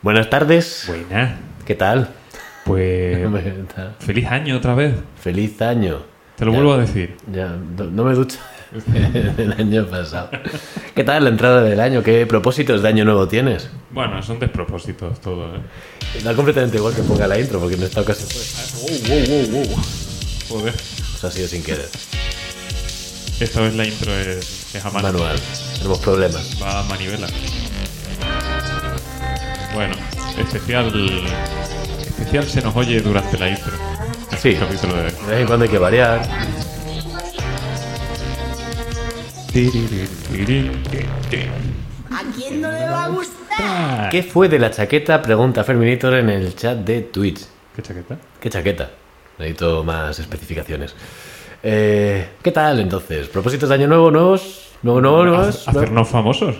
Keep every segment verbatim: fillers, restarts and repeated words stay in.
Buenas tardes. Buena. ¿Qué tal? Pues feliz año otra vez. Feliz año. Te lo ya, vuelvo a decir. Ya, no, no me ducho el año pasado. ¿Qué tal la entrada del año? ¿Qué propósitos de año nuevo tienes? Bueno, son despropósitos todo, ¿eh? Da completamente igual que ponga la intro, porque en esta ocasión fue... Wow, wow, wow, wow. Joder. Eso ha sido sin querer. Esta vez la intro es, es a mano. Manual. Tenemos problemas. Va a manivela. Bueno, especial... Especial se nos oye durante la intro. Sí. Capítulo de... De vez en cuando hay que variar. ¿A quién no le va a gustar? ¿Qué fue de la chaqueta? Pregunta Ferminitor en el chat de Twitch. ¿Qué chaqueta? ¿Qué chaqueta? Necesito más especificaciones. Eh, ¿Qué tal entonces? ¿Propósitos de año nuevo? ¿Nuevos? ¿Nuevo, nuevo, nuevos? ¿Hacernos famosos?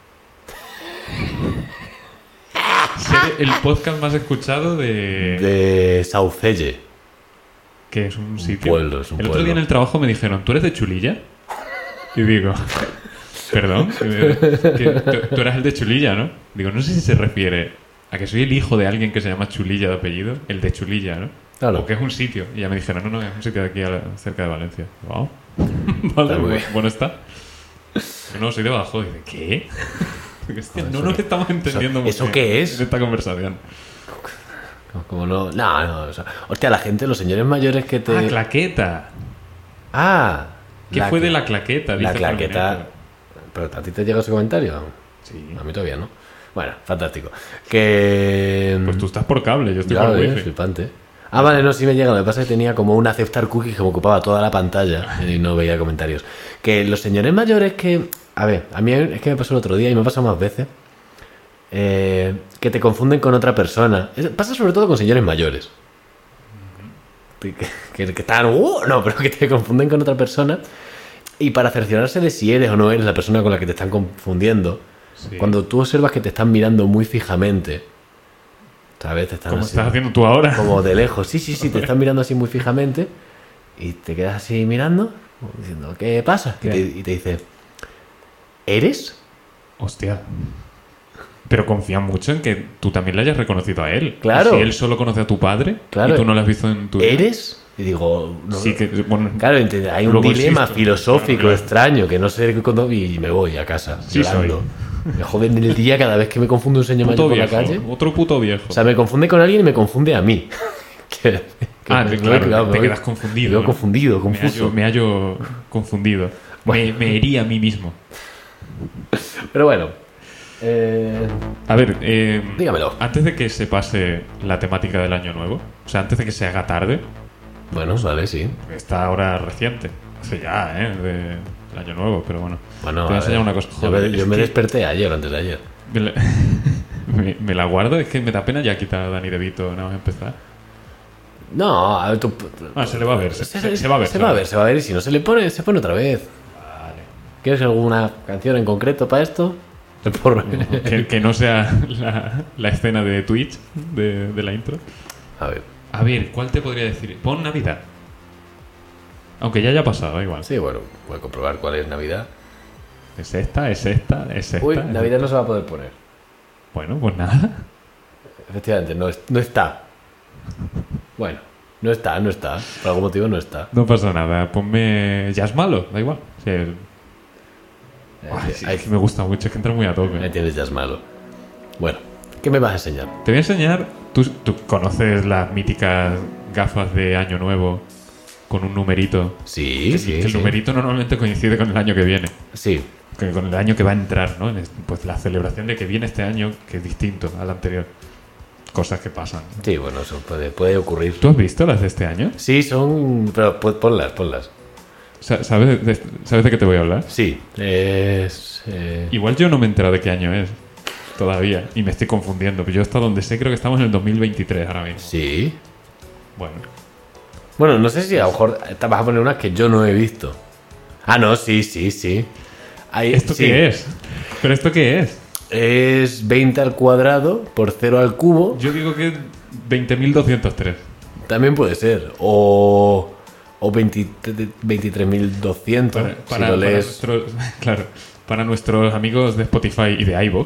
Ser el podcast más escuchado de... De Saucelle. Que es un sitio. pueblo, es un el otro pueblo. día en el trabajo me dijeron, ¿tú eres de Chulilla? Y digo, perdón, que tú, tú eras el de Chulilla, ¿no? Digo, no sé si se refiere a que soy el hijo de alguien que se llama Chulilla de apellido, el de Chulilla, ¿no? Claro. O que es un sitio. Y ya me dijeron, no, no, es un sitio de aquí a la- cerca de Valencia. Wow. Vale, Está muy bu- bien. bueno está. No, soy de Badajoz. Y dice, ¿qué? Hostia, Joder, no eso- nos estamos entendiendo eso- muy ¿eso bien qué es? en esta conversación. Como no... No, no. O sea, hostia, la gente, los señores mayores que te... Ah, claqueta. Ah. ¿Qué la fue de cla- la claqueta? La Dice claqueta... Fermín. ¿Pero a ti te llega ese comentario? Sí. A mí todavía no. Bueno, fantástico. Que... Pues tú estás por cable, yo estoy Ya por ves, wifi. flipante. Ah, vale, no, sí me llega. Lo que pasa es que tenía como un aceptar cookie que me ocupaba toda la pantalla y no veía comentarios. Que los señores mayores que... A ver, a mí es que me pasó el otro día y me ha pasado más veces. eh, que te confunden con otra persona. Es- Pasa sobre todo con señores mayores. Que, que, que están... "Uh", no, pero que te confunden con otra persona. Y para cerciorarse de si eres o no eres la persona con la que te están confundiendo, Sí. cuando tú observas que te están mirando muy fijamente, ¿sabes? Te están ¿Cómo así- estás haciendo tú ahora? como de lejos. Sí, sí, sí, te están mirando así muy fijamente y te quedas así mirando, como diciendo, ¿qué pasa? Y ¿Qué? te, y te dice, ¿eres? Hostia. Pero confía mucho en que tú también le hayas reconocido a él. Claro. Si él solo conoce a tu padre Claro. y tú no lo has visto en tu vida. ¿Eres? Y digo, no, Sí que, bueno, claro, ent- hay un luego dilema existo. filosófico Claro, claro. extraño que no sé cuándo y me voy a casa Sí llorando. Me joden el día cada vez que me confunde un señor puto mayor por viejo. la calle. Otro puto viejo. O sea, me confunde con alguien y me confunde a mí. Que- que ah, me- que me- claro, claro, te me voy- quedas confundido. Me veo ¿no? confundido, Me confuso. hallo, me hallo confundido. Me, me hería a mí mismo. Pero bueno. Eh, A ver, eh, Dígamelo. antes de que se pase la temática del año nuevo, o sea, antes de que se haga tarde, bueno, vale, sí. esta hora reciente, hace ya, ¿eh? De, del año nuevo, pero bueno. Bueno, te voy a a enseñar ver, una cosa. yo Joder, me, yo es me que desperté ayer, antes de ayer. me, la, me- me la guardo, es que me da pena ya quitar a Dani De Vito nada más empezar. No, a ver, tú... Ah, se le va a ver, se, se- se va a ver. Se va a ver, se va a ver. Y si no se le pone, se pone otra vez. Vale. ¿Quieres alguna canción en concreto para esto? Por- Que, que no sea la, la escena de Twitch de, de la intro. A ver, A ver, ¿cuál te podría decir? Pon Navidad. Aunque ya haya pasado, igual. sí, bueno, voy a comprobar cuál es Navidad. Es esta, es esta, es esta. Uy, es Navidad no se va a poder poner. esta. Bueno, pues nada. Efectivamente, no, es- no está. Bueno, no está, no está. Por algún motivo no está. No pasa nada. Ponme Jazz Malo, da igual. Sí, el- Ay, sí, Ahí, es que me gusta mucho, es que entra muy a ahí tope. tienes ya es malo. Bueno, ¿qué me vas a enseñar? Te voy a enseñar. ¿Tú, tú conoces las míticas gafas de Año Nuevo con un numerito? Sí, Que, sí, que el sí. numerito normalmente coincide con el año que viene. Sí, Que con el año que va a entrar, ¿no? En este- Pues la celebración de que viene este año, que es distinto al anterior. Cosas que pasan. sí, bueno, eso puede, puede ocurrir. ¿Tú has visto las de este año? Sí, son... Pero pon- ponlas, ponlas. Sa- ¿Sabes de, ¿Sabes de qué te voy a hablar? Sí, es... eh, Igual yo no me he enterado de qué año es todavía y me estoy confundiendo. Pero yo hasta donde sé creo que estamos en el dos mil veintitrés ahora mismo. Sí. Bueno, Bueno, no sé si a lo mejor te vas a poner unas que yo no he visto. Ah, no, sí, sí, sí. Hay- ¿esto sí. qué es? ¿Pero esto qué es? Es veinte al cuadrado por cero al cubo. Yo digo que veinte mil doscientos tres. También puede ser. O... O veintitrés mil doscientos. Para, si para- lo para lees. nuestros, claro, para nuestros amigos de Spotify y de iVoox,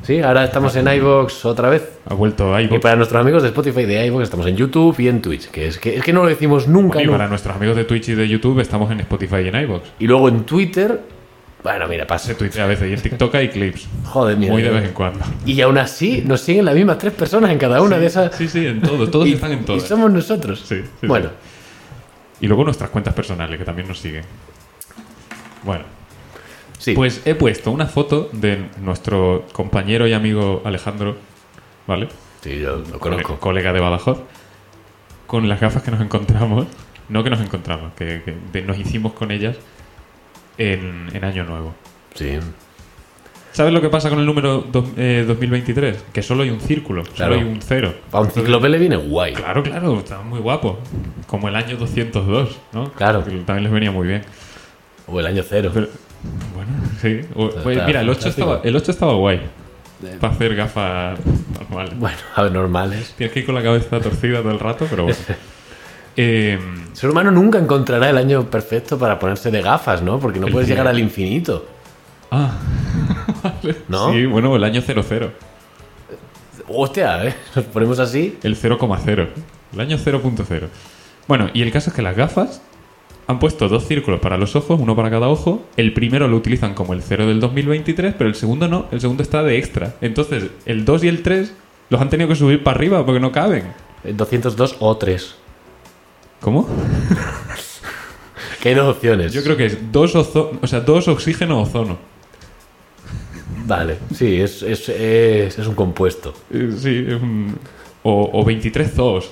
Sí, ahora estamos en iVoox otra vez. Ha vuelto Y iVoox. para nuestros amigos de Spotify y de iVoox estamos en YouTube y en Twitch. Que es que, es que no lo decimos nunca. Y ¿no? para nuestros amigos de Twitch y de YouTube estamos en Spotify y en iVoox. Y luego en Twitter. Bueno, mira, pasa. Se tuitea a veces y en TikTok hay clips. Joder, mira. Muy de vez en cuando. Y aún así nos siguen las mismas tres personas en cada una de esas. Sí, sí, en todo. Todos y, están en y todas. somos nosotros. Sí, sí, bueno, Y luego nuestras cuentas personales, que también nos siguen. Bueno, sí. pues he puesto una foto de nuestro compañero y amigo Alejandro, ¿vale? Sí, yo lo Cole- conozco. colega de Badajoz, con las gafas que nos encontramos, no que nos encontramos, que, que de- nos hicimos con ellas en, en Año Nuevo. Sí. ¿Sabes lo que pasa con el número dos- eh, dos mil veintitrés? Que solo hay un círculo, Claro. solo hay un cero. Para un cíclope le viene guay. Claro, claro, está muy guapo. Como el año doscientos dos, ¿no? Claro. Que también les venía muy bien. O el año cero. Pero, bueno, sí. O- Está pues mira, el ocho, fantástico. estaba, el ocho estaba guay. Para hacer gafas normales. Bueno, a ver, normales. Tienes que ir con la cabeza torcida todo el rato, pero bueno. Eh, El ser humano nunca encontrará el año perfecto para ponerse de gafas, ¿no? Porque no El puedes día. llegar al infinito. ah, vale. ¿No? Sí, bueno, el año cero cero. Hostia, ¿eh? Nos ponemos así. El cero coma cero. El año cero punto cero. Bueno, y el caso es que las gafas han puesto dos círculos para los ojos, uno para cada ojo. El primero lo utilizan como el cero del dos mil veintitrés, pero el segundo no. El segundo está de extra. Entonces, el dos y el tres los han tenido que subir para arriba porque no caben. Eh, doscientos dos o tres. ¿Cómo? Que hay dos opciones. Yo creo que es dos, ozo- o sea, dos oxígeno ozono. Vale, sí, es, es, es, es un compuesto. Eh, Sí, es un... O, o veintitrés zoos.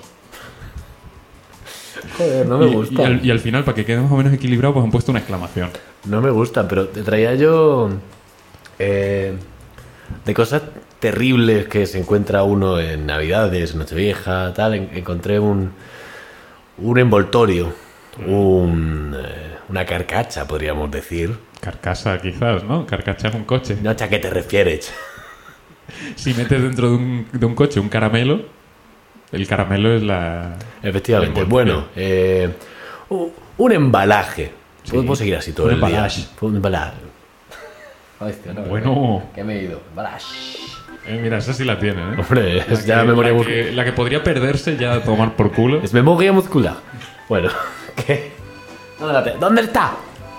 Joder, no me y, gusta. y al, y al final, para que quede más o menos equilibrado, pues han puesto una exclamación. No me gusta, pero te traía yo eh, de cosas terribles que se encuentra uno en Navidades, Nochevieja, tal. En- encontré un, un envoltorio, un, eh, una carcacha, podríamos decir. Carcasa, quizás, ¿no? Carcacha es un coche. No, ¿a qué te refieres? Si metes dentro de un, de un coche un caramelo, el caramelo es la... Efectivamente. El Bueno, envoltorio. eh, un, un embalaje. Sí. Puedo, puedo seguir así todo Un el día. embalaje. Un embalaje. Hostia, no, Bueno. ¿Qué me he ido? Embalaje. Eh, mira, esa sí la tiene, ¿eh? Hombre, La es ya que- memoria la muscular. que, la que podría perderse ya a tomar por culo. Es memoria muscular. Bueno, ¿qué? ¿Dónde la te- ¿Dónde está?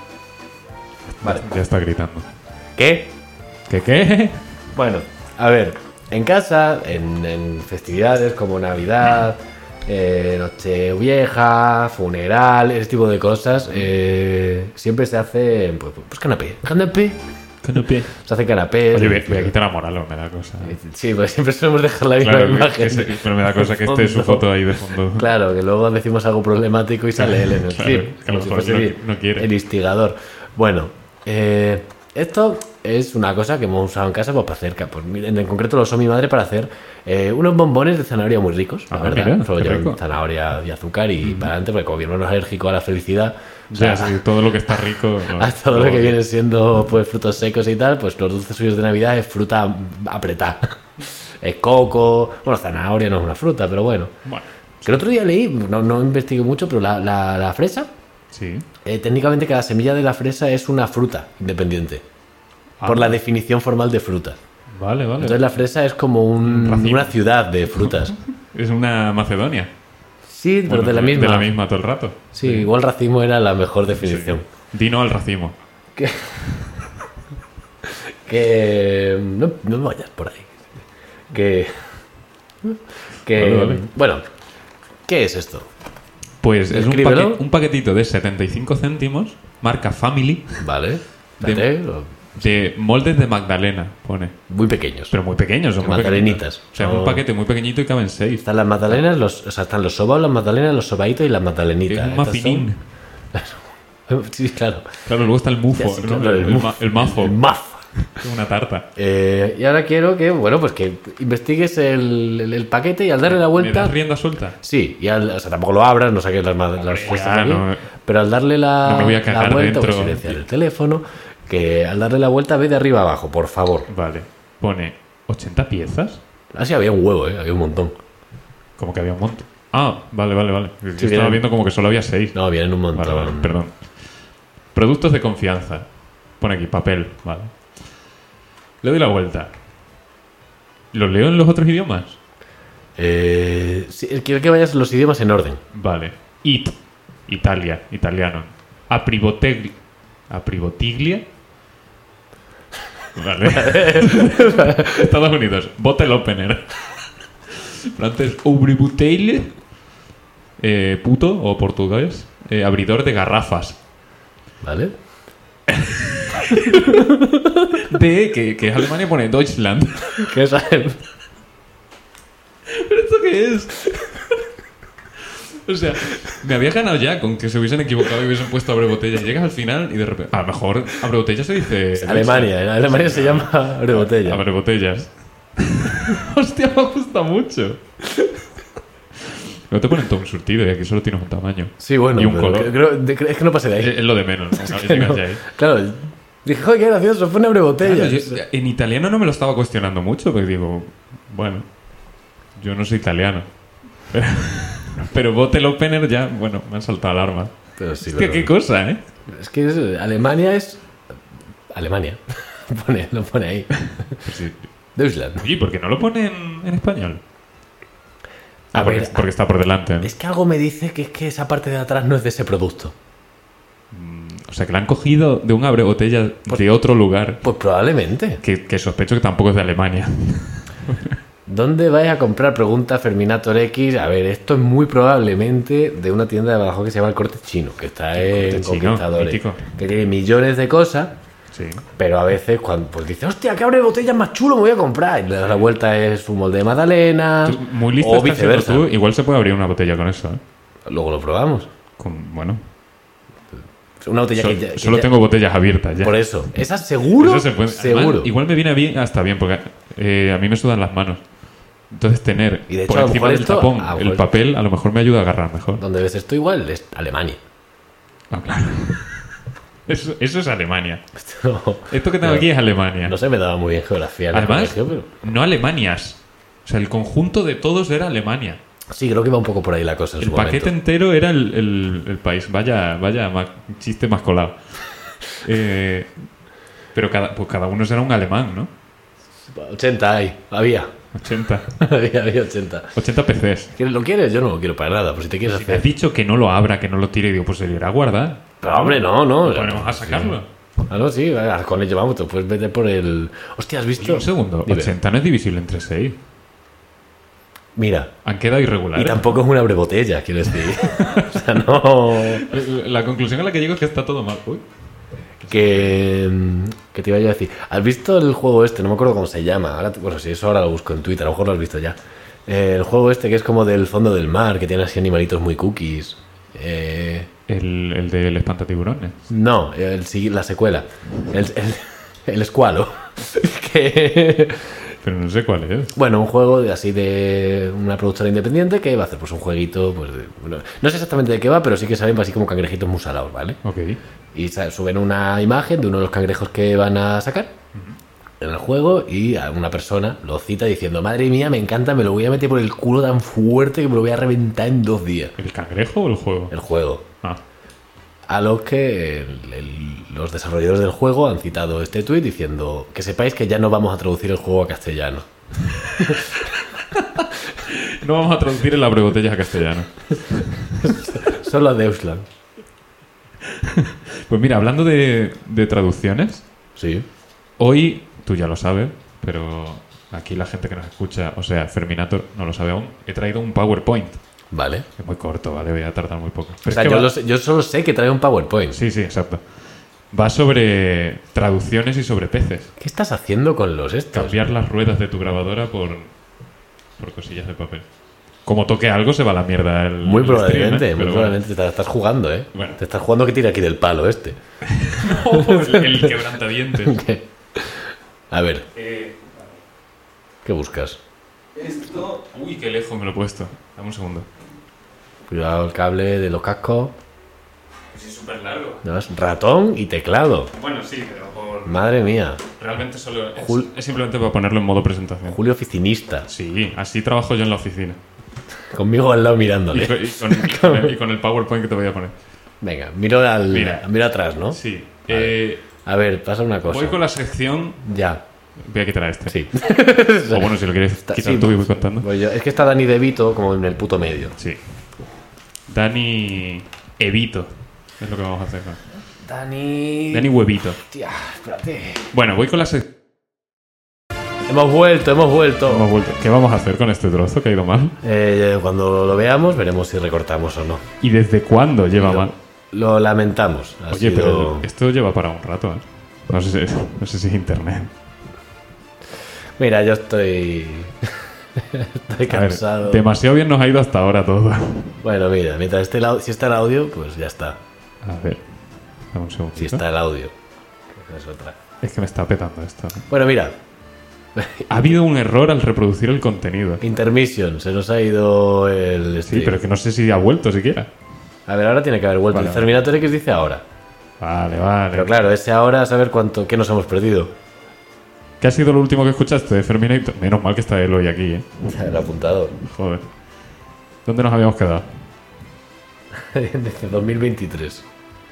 Vale. Ya está gritando. ¿Qué? ¿Qué qué? Bueno, a ver, en casa, en, en festividades como Navidad, eh, Nochevieja, funeral, ese tipo de cosas, eh, siempre se hace pues, pues canapé. Canapé. Canapé. Se hace canapés. Oye, voy, voy a quitar a Moralo, me da cosa. Sí, pues siempre solemos dejar la misma Claro, que- imagen. que se- pero me da cosa que esté su Fondo. foto ahí de fondo. Claro, que luego decimos algo problemático y sale él en el Claro, clip. que a lo como si mejor fuese no- no quiere. el instigador. Bueno, eh, esto es una cosa que hemos usado en casa pues, para hacer, ca- pues, en en concreto lo usó mi madre para hacer eh, unos bombones de zanahoria muy ricos, la Ah, verdad. mira, Solo qué llevan rico. zanahoria y azúcar y para adelante, porque como mi hermano es alérgico a la felicidad, O sea, sí, todo lo que está rico. no, a todo lo no- que viene siendo pues frutos secos y tal, pues los dulces suyos de Navidad es fruta apretada. Es coco, bueno, zanahoria no es una fruta, pero bueno. Bueno, Que el otro día leí, no, no investigué mucho, pero la, la, la fresa, sí. eh, técnicamente cada semilla de la fresa es una fruta independiente. Ah. Por la definición formal de fruta. Vale, vale. Entonces la fresa es como un- Un racimo. una ciudad de frutas. Es una Macedonia. Sí, pero Bueno, de la misma. De la misma todo el rato. Sí, igual racimo era la mejor definición. Dino al racimo. Que, que no, no me vayas por ahí. Que, que Vale, vale. bueno, ¿qué es esto? Pues es un, Descríbelo. paque- un paquetito de setenta y cinco céntimos, marca Family, Vale, De- date, lo- de moldes de Magdalena, pone. muy pequeños. Pero muy pequeños, son muy Magdalenitas. pequeñitos. O sea, Son- un paquete muy pequeñito y caben seis. Están las magdalenas, los, o sea, están los sobaos, las magdalenas, los sobaitos y las magdalenitas. Es un Estas mafinín. son- Sí, claro. Claro, luego está el mufo, Ya, sí, ¿no? claro, el, el el mufo. ma- el mafo. El maf. Es una tarta. Eh, y ahora quiero que, bueno, pues que investigues el, el- el paquete y al darle la ¿Me vuelta. das rienda suelta? Sí, y al, o sea, tampoco lo abras, no saques las, ma- las ya, fuerzas aquí, no. pero al darle la, No me voy a la cagar vuelta, dentro. voy a silenciar el teléfono, que al darle la vuelta ve de arriba abajo, por favor. Vale. Pone ochenta piezas. Así había un huevo, ¿eh? Había un montón. Como que había un montón. Ah, vale, vale, vale. Yo estaba vienen- viendo como que solo había seis. No, vienen un montón. Vale, vale, perdón. Productos de confianza. Pone aquí, papel, vale. Le doy la vuelta. ¿Lo leo en los otros idiomas? Eh, sí, quiero que vayas los idiomas en orden. Vale. It. Italia. Italiano. Apriboteglia. Apribotiglia. Vale. Estados Unidos. Bottle opener. Francés. Ouvribouteille. Eh, puto o portugués. Eh, abridor de garrafas. ¿Vale? De que, que es Alemania pone Deutschland. ¿Qué sabes? ¿Pero esto qué es? O sea, me había ganado ya con que se hubiesen equivocado y hubiesen puesto abre botella. Llegas al final y de repente... A lo mejor abre botella se dice... Alemania. En Alemania se llama abre botella. Abre botellas. Hostia, me gusta mucho. No te ponen todo un surtido y aquí solo tienes un tamaño. Sí, bueno. Y un pero color. creo- de- es que no pase de ahí. Es, es lo de menos. ¿no? Es que Llegas no. ya ahí. Claro. Dije, joder, qué gracioso. Pone abre botella. Claro, yo- en italiano no me lo estaba cuestionando mucho, porque digo, bueno, yo no soy italiano. Pero, pero bottle opener ya, bueno, me han saltado alarma. Pero sí, Hostia, pero- qué cosa, ¿eh? Es que es- Alemania es... Alemania. Pone, lo pone ahí. Pues sí. Deutschland. Oye, ¿por qué no lo ponen en español? A Ah, porque, ver, porque está por delante. ¿no? Es que algo me dice que es que esa parte de atrás no es de ese producto. O sea, que la han cogido de un abre botella de otro lugar Pues probablemente. que, que sospecho que tampoco es de Alemania. ¿Dónde vais a comprar? Pregunta Ferminator X. A ver, esto es muy probablemente de una tienda de Badajoz que se llama El Corte Chino, que está en Corte Chino, Conquistadores. mítico. Que tiene millones de cosas, Sí. pero a veces cuando pues dice, hostia, que abre botellas más chulo, me voy a comprar. Y le das la vuelta, es un molde de magdalena. Tú, muy listo o estás siendo viceversa. tú. Igual se puede abrir una botella con eso, ¿eh? Luego lo probamos. Con, bueno, Una botella sol- que ya- que solo ya- tengo botellas abiertas ya. Por eso. ¿Esa seguro? Eso se puede- Seguro. Además, igual me viene bien, hasta bien, porque eh, a mí me sudan las manos. Entonces tener Y de hecho, por a lo encima mejor del esto- tapón a lo el mejor- papel, a lo mejor me ayuda a agarrar mejor. Donde ves esto igual es Alemania. Ah, claro. Eso, eso es Alemania. No, Esto que tengo no, aquí es Alemania. no se me daba muy bien geografía en el Además, colegio, pero... no Alemanias. O sea, el conjunto de todos era Alemania. Sí, creo que iba un poco por ahí la cosa en El su paquete momento. entero era el, el- el país. Vaya, vaya ma- chiste más colado. Eh, pero cada, pues cada uno será un alemán, ¿no? ochenta hay, había. ochenta. había, había ochenta. ochenta P Cs. ¿Quieres- ¿Lo quieres? Yo no lo quiero para nada, por si te quieres Si me has hacer. dicho que no lo abra, que no lo tire, digo, pues se le irá a guardar. Pero hombre, no, no. Lo ponemos a sacarlo. Ah, no, sí, vaya, con ello vamos, te puedes meter por el... Hostia, ¿has visto? Oye, un segundo. Dime. ochenta no es divisible entre seis. Mira, Han quedado y irregulares. tampoco es una botella, quiero decir. O sea, no... La conclusión a la que llego es que está todo mal. Uy. Que, que te iba yo a decir. ¿Has visto el juego este? No me acuerdo cómo se llama. Ahora, te- bueno, si eso ahora lo busco en Twitter, a lo mejor lo has visto ya. Eh, el juego este que es como del fondo del mar, que tiene así animalitos muy cookies. Eh, El, el del espantatiburones. no, el, sigui- la secuela. El, el, el escualo. que, Pero no sé cuál es. bueno, un juego de- así de una productora independiente que va a hacer pues un jueguito. Pues de- bueno, no sé exactamente de qué va, pero sí que saben así como cangrejitos muy salados, ¿vale? Ok. Y sa- suben una imagen de uno de los cangrejos que van a sacar en el juego y a una persona lo cita diciendo, madre mía, me encanta, me lo voy a meter por el culo tan fuerte que me lo voy a reventar en dos días. ¿El cangrejo o el juego? El juego. Ah. A lo que el- el- los desarrolladores del juego han citado este tuit diciendo que sepáis que ya no vamos a traducir el juego a castellano. No vamos a traducir el abrebotellas a castellano. Solo a Deutschland. Pues mira, hablando de, de traducciones, Sí. hoy, tú ya lo sabes, pero aquí la gente que nos escucha, o sea, Ferminator no lo sabe aún, he traído un PowerPoint. Vale. Es muy corto, ¿vale? Voy a tardar muy poco. Pero O es sea, que yo, va- lo sé- yo solo sé que trae un PowerPoint. Sí, sí, exacto. Va sobre traducciones y sobre peces. ¿Qué estás haciendo con los estos? Cambiar las ruedas de tu grabadora por, por cosillas de papel. Como toque algo, se va a la mierda el Muy el probablemente, stream, ¿eh? muy Pero probablemente te estás, estás jugando, ¿eh? Bueno. Te estás jugando que tira aquí del palo este. bueno. el, el quebrantadientes. ¿Qué? A ver, Eh, ¿qué buscas? esto... Uy, qué lejos me lo he puesto. Dame un segundo. Cuidado el cable de los cascos. Pues es súper largo. ¿No? Es ratón y teclado. Bueno, sí, pero por... Madre mía. Realmente solo... Es, Jul- es simplemente para ponerlo en modo presentación. Julio oficinista. Sí, así trabajo yo en la oficina. Conmigo al lado Y mirándole. con, y con- y con el, y con el PowerPoint que te voy a poner. Venga, miro, al, Mira. miro atrás, ¿no? Sí. Vale. Eh, A ver, pasa una cosa. voy con la sección Ya. Voy a quitar a este. Sí. O bueno, si lo quieres Está- quitar sí, tú y voy contando. Pues yo- es que está Dani De Vito como en el puto medio. Sí. Dani Evito. Es lo que vamos a hacer. ¿no? Dani... Dani Huevito. Tía, espérate. Bueno, voy con la sec- Hemos vuelto, hemos vuelto. Hemos vuelto. ¿Qué vamos a hacer con este trozo que ha ido mal? Eh, cuando lo veamos, veremos si recortamos o no. ¿Y desde cuándo lleva Lo, mal? lo lamentamos. Ha Oye, sido- pero esto lleva para un rato, ¿eh? No sé si, no sé si es internet. Mira, yo estoy... estoy A ver, cansado. demasiado bien nos ha ido hasta ahora todo. Bueno, mira, mientras esté el audio, si está el audio, pues ya está. A ver, dame un segundo. Si está el audio. Esa es otra. Es que me está petando esto. ¿no? Bueno, mira. Ha habido un error al reproducir el contenido. Intermission, se nos ha ido el Sí, stream. pero que no sé si ha vuelto siquiera. A ver, ahora tiene que haber vuelto. Vale, el vale. Terminator X dice ahora. Vale, vale. Pero claro, ese ahora a saber cuánto, qué nos hemos perdido. ¿Qué ha sido lo último que escuchaste de Ferminator? Menos mal que está él hoy aquí, ¿eh? El apuntado. Joder. ¿Dónde nos habíamos quedado? Desde dos mil veintitrés.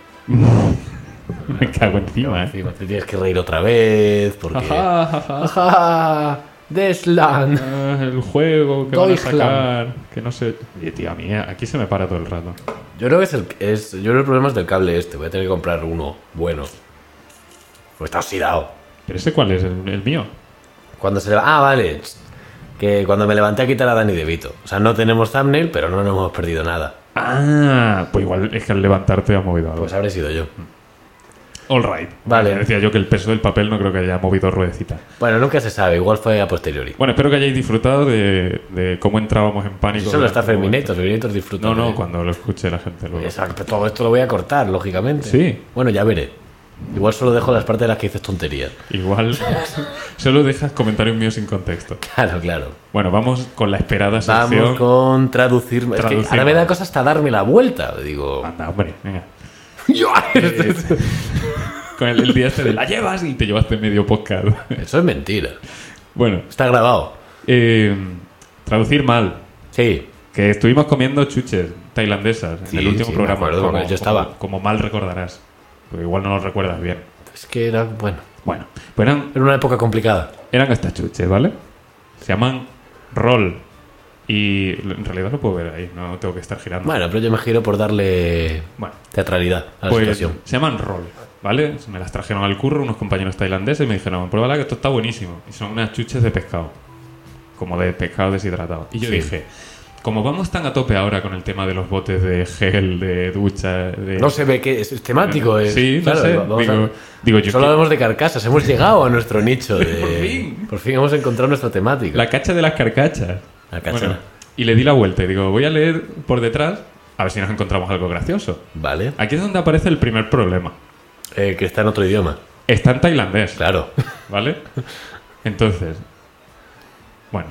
Me cago encima, ¿eh? Encima te tienes que reír otra vez porque... Ajá, ajá. Ajá, Deslan. Ah, el juego que van a Deutschland. sacar. Que no sé. Oye, tío, a mí eh, aquí se me para todo el rato. Yo creo que es el, es, yo creo que el problema es del cable este. Voy a tener que comprar uno bueno. Pues está oxidado. ¿Pero ese cuál es? ¿El, el mío? Cuando se leva- Ah, vale. Que cuando me levanté a quitar a Dani De Vito. O sea, no tenemos thumbnail, pero no nos hemos perdido nada. Ah, pues igual es que al levantarte has movido algo. Pues habré sido yo. All right. Vale. Decía yo que el peso del papel no creo que haya movido ruedecita. Bueno, nunca se sabe. Igual fue a posteriori. Bueno, espero que hayáis disfrutado de, de cómo entrábamos en pánico. Solo está durante un momento. Ferminator. Ferminator disfruta. No, no, de- cuando lo escuche la gente luego. Exacto. Todo esto lo voy a cortar, lógicamente. Sí. Bueno, ya veré. Igual solo dejo las partes de las que dices tonterías. Igual solo dejas comentarios míos sin contexto. Claro, claro. Bueno, vamos con la esperada sección. Vamos con traducir. Es que Traducir. ahora me da cosa hasta darme la vuelta. Digo. Anda, hombre, venga. Yo- Con el, el día este de la llevas y te llevaste medio podcast. Eso es mentira. Bueno, Está grabado. eh, traducir mal. Sí. Que estuvimos comiendo chuches tailandesas en Sí, el último sí, me programa. acuerdo, como, porque yo estaba. Como, como mal recordarás. Porque igual no lo recuerdas bien. Es que era, bueno, Bueno, pues eran, era una época complicada. eran estas chuches, ¿vale? Se llaman roll. Y en realidad lo puedo ver ahí, no tengo que estar girando. Bueno, pero yo me giro por darle Bueno, teatralidad a la pues situación. se llaman roll, ¿vale? Me las trajeron al curro unos compañeros tailandeses y me dijeron, pruébala que esto está buenísimo. Y son unas chuches de pescado. Como de pescado deshidratado. Y yo Sí. dije, como vamos tan a tope ahora con el tema de los botes de gel, de ducha, de... No se ve que es, es temático. Es, Sí, no claro, sé. vamos Digo, a- digo, yo Solo que- hablamos de carcasas. Hemos llegado a nuestro nicho. De... Por fin. Por fin hemos encontrado nuestra temática. La cacha de las carcachas. La cacha. Bueno, y le di la vuelta y digo, voy a leer por detrás a ver si nos encontramos algo gracioso. Vale. Aquí es donde aparece el primer problema. Eh, que está en otro idioma. Está en tailandés, Claro. ¿vale? Entonces, bueno.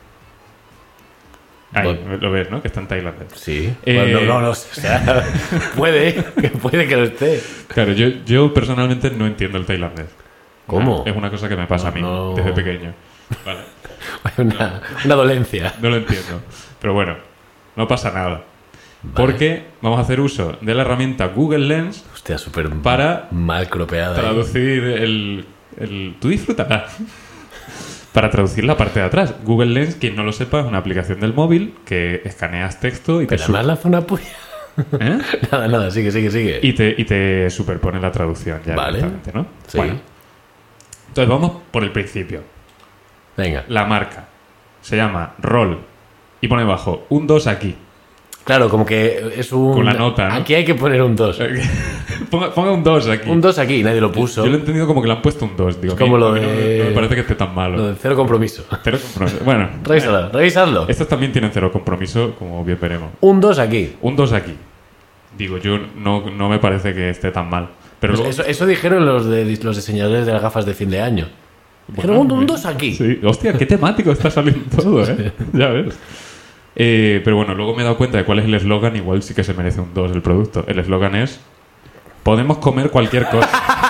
Ahí, Bueno. lo ves, ¿no? Que está en tailandés. Sí. Eh, Bueno, no, no, o sea, puede, que puede que lo esté. Claro, yo, yo personalmente no entiendo el tailandés. ¿Cómo? Es una cosa que me pasa No, a mí no. desde pequeño. Vale. Una, una dolencia. No lo entiendo. Pero bueno, no pasa nada. Porque vamos a hacer uso de la herramienta Google Lens Hostia, súper Para mal cropeada. ¿eh? traducir el, el... Tú disfrutarás. Para traducir la parte de atrás. Google Lens, quien no lo sepa, es una aplicación del móvil que escaneas texto y te, Pero su- además lanza una puya. ¿Eh? Nada, nada, sigue, sigue, sigue. y, te, y te superpone la traducción ya Vale. directamente, ¿no? Sí. Bueno. Entonces vamos por el principio. Venga. La marca se llama Roll y pone abajo un dos aquí. Claro, como que es un... Con la nota, ¿no? Aquí hay que poner un dos. ponga, ponga un dos aquí. Un dos aquí, nadie lo puso. Yo lo he entendido como que le han puesto un dos. Digo, Es como a mí- lo a mí no- de- no me parece que esté tan malo. Lo de cero compromiso. Cero compromiso. Bueno, Revísalo, revisadlo. estos también tienen cero compromiso, como bien veremos. Un dos aquí. Un dos aquí. Digo, yo no, no me parece que esté tan mal. Pero Pues luego- eso, eso dijeron los, de, los diseñadores de las gafas de fin de año. Bueno, Dijeron un, un dos aquí. Sí, hostia, qué temático está saliendo todo, ¿eh? Ya ves. Eh, pero bueno, luego me he dado cuenta de cuál es el eslogan. Igual sí que se merece un dos el producto. El eslogan es: podemos comer cualquier cosa.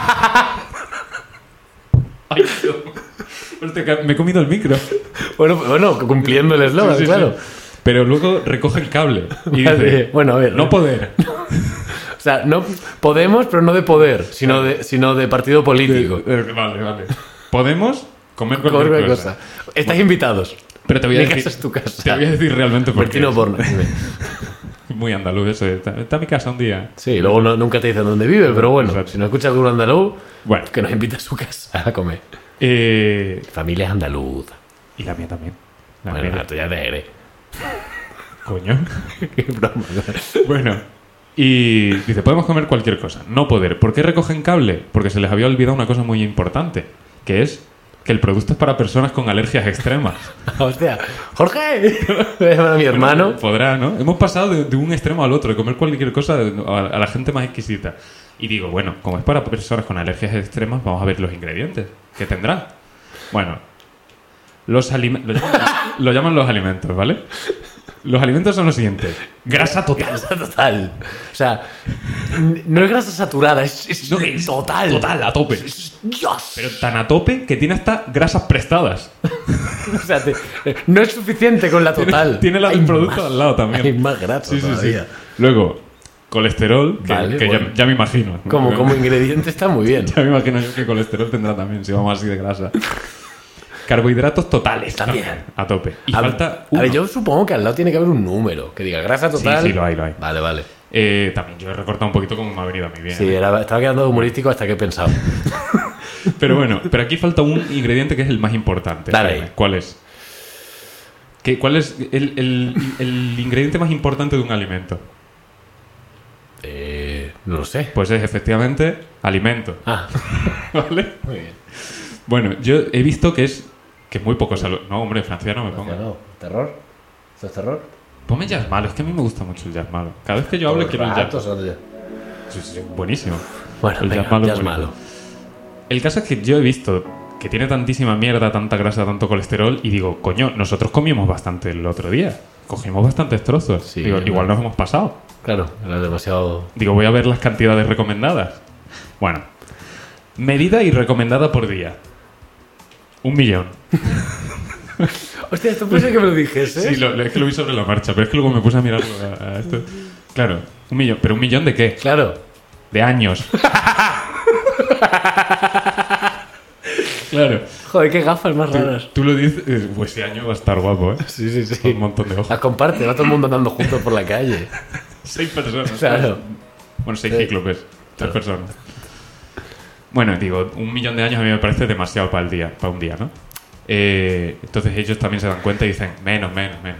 Ay, Dios. Hostia, que me he comido el micro. Bueno, bueno, cumpliendo el eslogan, Sí, sí, claro. sí. Pero luego recoge el cable y Vale, dice: bueno, a ver. no poder. O sea, no podemos, pero no de poder, sino de, sino de partido político. Eh, Vale, vale. Podemos Comer cualquier, Cualquier cosa. cosa. Estáis invitados. Pero te voy a Mi decir... casa es tu casa. Te voy a decir realmente por qué. Bertino porno. Dime. Muy andaluz eso. Está, está a mi casa un día. Sí, luego no- nunca te dicen dónde vive, pero bueno, Exacto. si no escuchas algún andaluz, Bueno. que nos invita a su casa a comer. Eh, Familia es andaluza. y la mía también. La Bueno, mía. la tuya te eres. Coño. Qué broma. Bueno, y dice, podemos comer cualquier cosa. No poder. ¿Por qué recogen cable? Porque se les había olvidado una cosa muy importante, que es que el producto es para personas con alergias extremas. Hostia, Jorge, voy a llamar a mi hermano. Podrá, ¿no? Hemos pasado de, de un extremo al otro, de comer cualquier cosa a, a la gente más exquisita. Y digo, bueno, como es para personas con alergias extremas, vamos a ver los ingredientes que tendrán. Bueno, los alimentos... Lo, llaman- lo llaman los alimentos, ¿vale? Los alimentos son los siguientes. Grasa total. Grasa total. O sea, n- no es grasa saturada, es, es No, es total. Total, a tope. Dios. Pero tan a tope que tiene hasta grasas prestadas. O sea, te- no es suficiente con la total. Tiene la Hay del producto más. al lado también. Hay más grasa Sí, sí, sí. todavía. Luego, colesterol, que, Vale, que bueno. ya, ya me imagino. ¿no? Como, como ingrediente está muy bien. Ya me imagino yo que colesterol tendrá también, si vamos así de grasa. Carbohidratos totales. También. A tope. Y a, falta a uno. ver, yo supongo que al lado tiene que haber un número que diga grasa total. Sí, sí, lo hay, lo hay. Vale, vale. Eh, también yo he recortado un poquito como me ha venido a mí bien. Sí, ¿eh? era- estaba quedando humorístico hasta que he pensado. Pero bueno, pero aquí falta un ingrediente que es el más importante. Dale Jaime. ahí. ¿Cuál es? ¿Qué, ¿Cuál es el, el- el ingrediente más importante de un alimento? Eh, no lo sé. Pues es efectivamente alimento. Ah, ¿Vale? muy bien. Bueno, yo he visto que es que es muy poco salud. No, hombre, Francia no me ponga. No, ¿terror? ¿Esto es terror? Ponme jazz malo, es que a mí me gusta mucho el jazz malo. Cada vez que yo hablo quiero el jazz. Ratos, ¿dónde? Sí, sí, sí, buenísimo. Bueno, El venga, jazz malo ya es es buenísimo. malo. El caso es que yo he visto que tiene tantísima mierda, tanta grasa, tanto colesterol y digo, coño, nosotros comimos bastante el otro día. Cogimos bastantes trozos. Sí, digo, no. igual nos hemos pasado. Claro, era demasiado... Digo, voy a ver las cantidades recomendadas. Bueno, medida y recomendada por día. Un millón. Hostia, esto puede ser que me lo dijese. Sí, lo, es que lo vi sobre la marcha, pero es que luego me puse a mirarlo a, a esto. Claro, un millón. ¿Pero un millón de qué? Claro. De años. Claro. Joder, qué gafas más raras. Tú lo dices, eh, pues ese año va a estar guapo, ¿eh? Sí, sí, sí. Con un montón de Las ojos. comparte, va todo el mundo andando juntos por la calle. Seis personas. Claro. Bueno, seis Sí. cíclopes. Tres Claro. personas. Bueno, digo, un millón de años a mí me parece demasiado para el día, para un día, ¿no? Eh, entonces ellos también se dan cuenta y dicen, menos, menos, menos.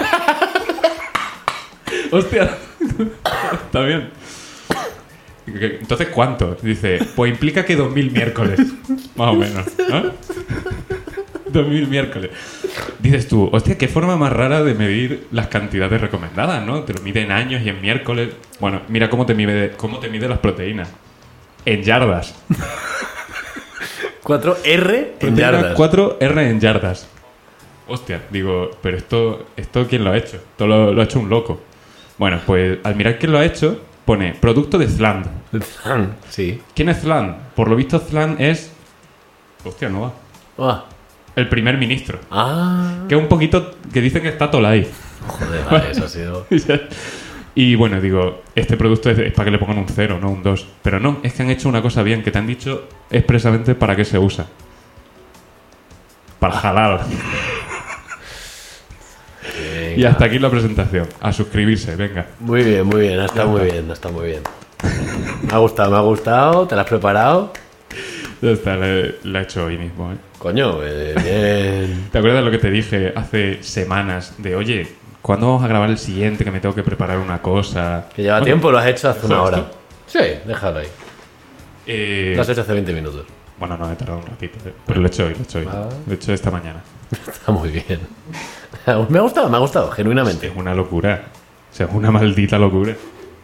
Hostia. Está bien. Entonces, ¿cuánto? Dice, pues implica que dos mil miércoles. Más o menos, ¿no? dos mil miércoles. Dices tú, hostia, qué forma más rara de medir las cantidades recomendadas, ¿no? Te lo mide en años y en miércoles. Bueno, mira cómo te mide, cómo te mide las proteínas. En yardas. cuatro R en Proteína yardas. cuatro R en yardas. Hostia, digo, pero esto, esto ¿quién lo ha hecho? Esto lo, lo ha hecho un loco. Bueno, pues al mirar quién lo ha hecho, pone producto de Zland. Sí. ¿Quién es Zland? Por lo visto Zland es... Hostia, no va. Ah. El primer ministro. Ah. Que es un poquito... Que dicen que está Tolai. Joder, vale, eso ha sido... Y bueno, digo, este producto es, es para que le pongan un cero, no un dos. Pero no, es que han hecho una cosa bien, que te han dicho expresamente para qué se usa. Para halal. Venga. Y hasta aquí la presentación. A suscribirse, venga. Muy bien, muy bien, está muy bien, está muy bien. Me ha gustado, me ha gustado, te la has preparado. Ya está, le, le he hecho hoy mismo, ¿eh? Coño, eh, bien. ¿Te acuerdas de lo que te dije hace semanas? De, oye, ¿cuándo vamos a grabar el siguiente? Que me tengo que preparar una cosa. Que lleva Bueno, tiempo, lo has hecho hace una ¿eso hora. esto? Sí, déjalo ahí. eh, Lo has hecho hace veinte minutos. bueno, no, he tardado un ratito, ¿eh? Pero lo he hecho hoy, lo he hecho hoy. Ah. Lo he hecho esta mañana. Está muy bien. Me ha gustado, me ha gustado, genuinamente. Es una locura. O sea, es una maldita locura.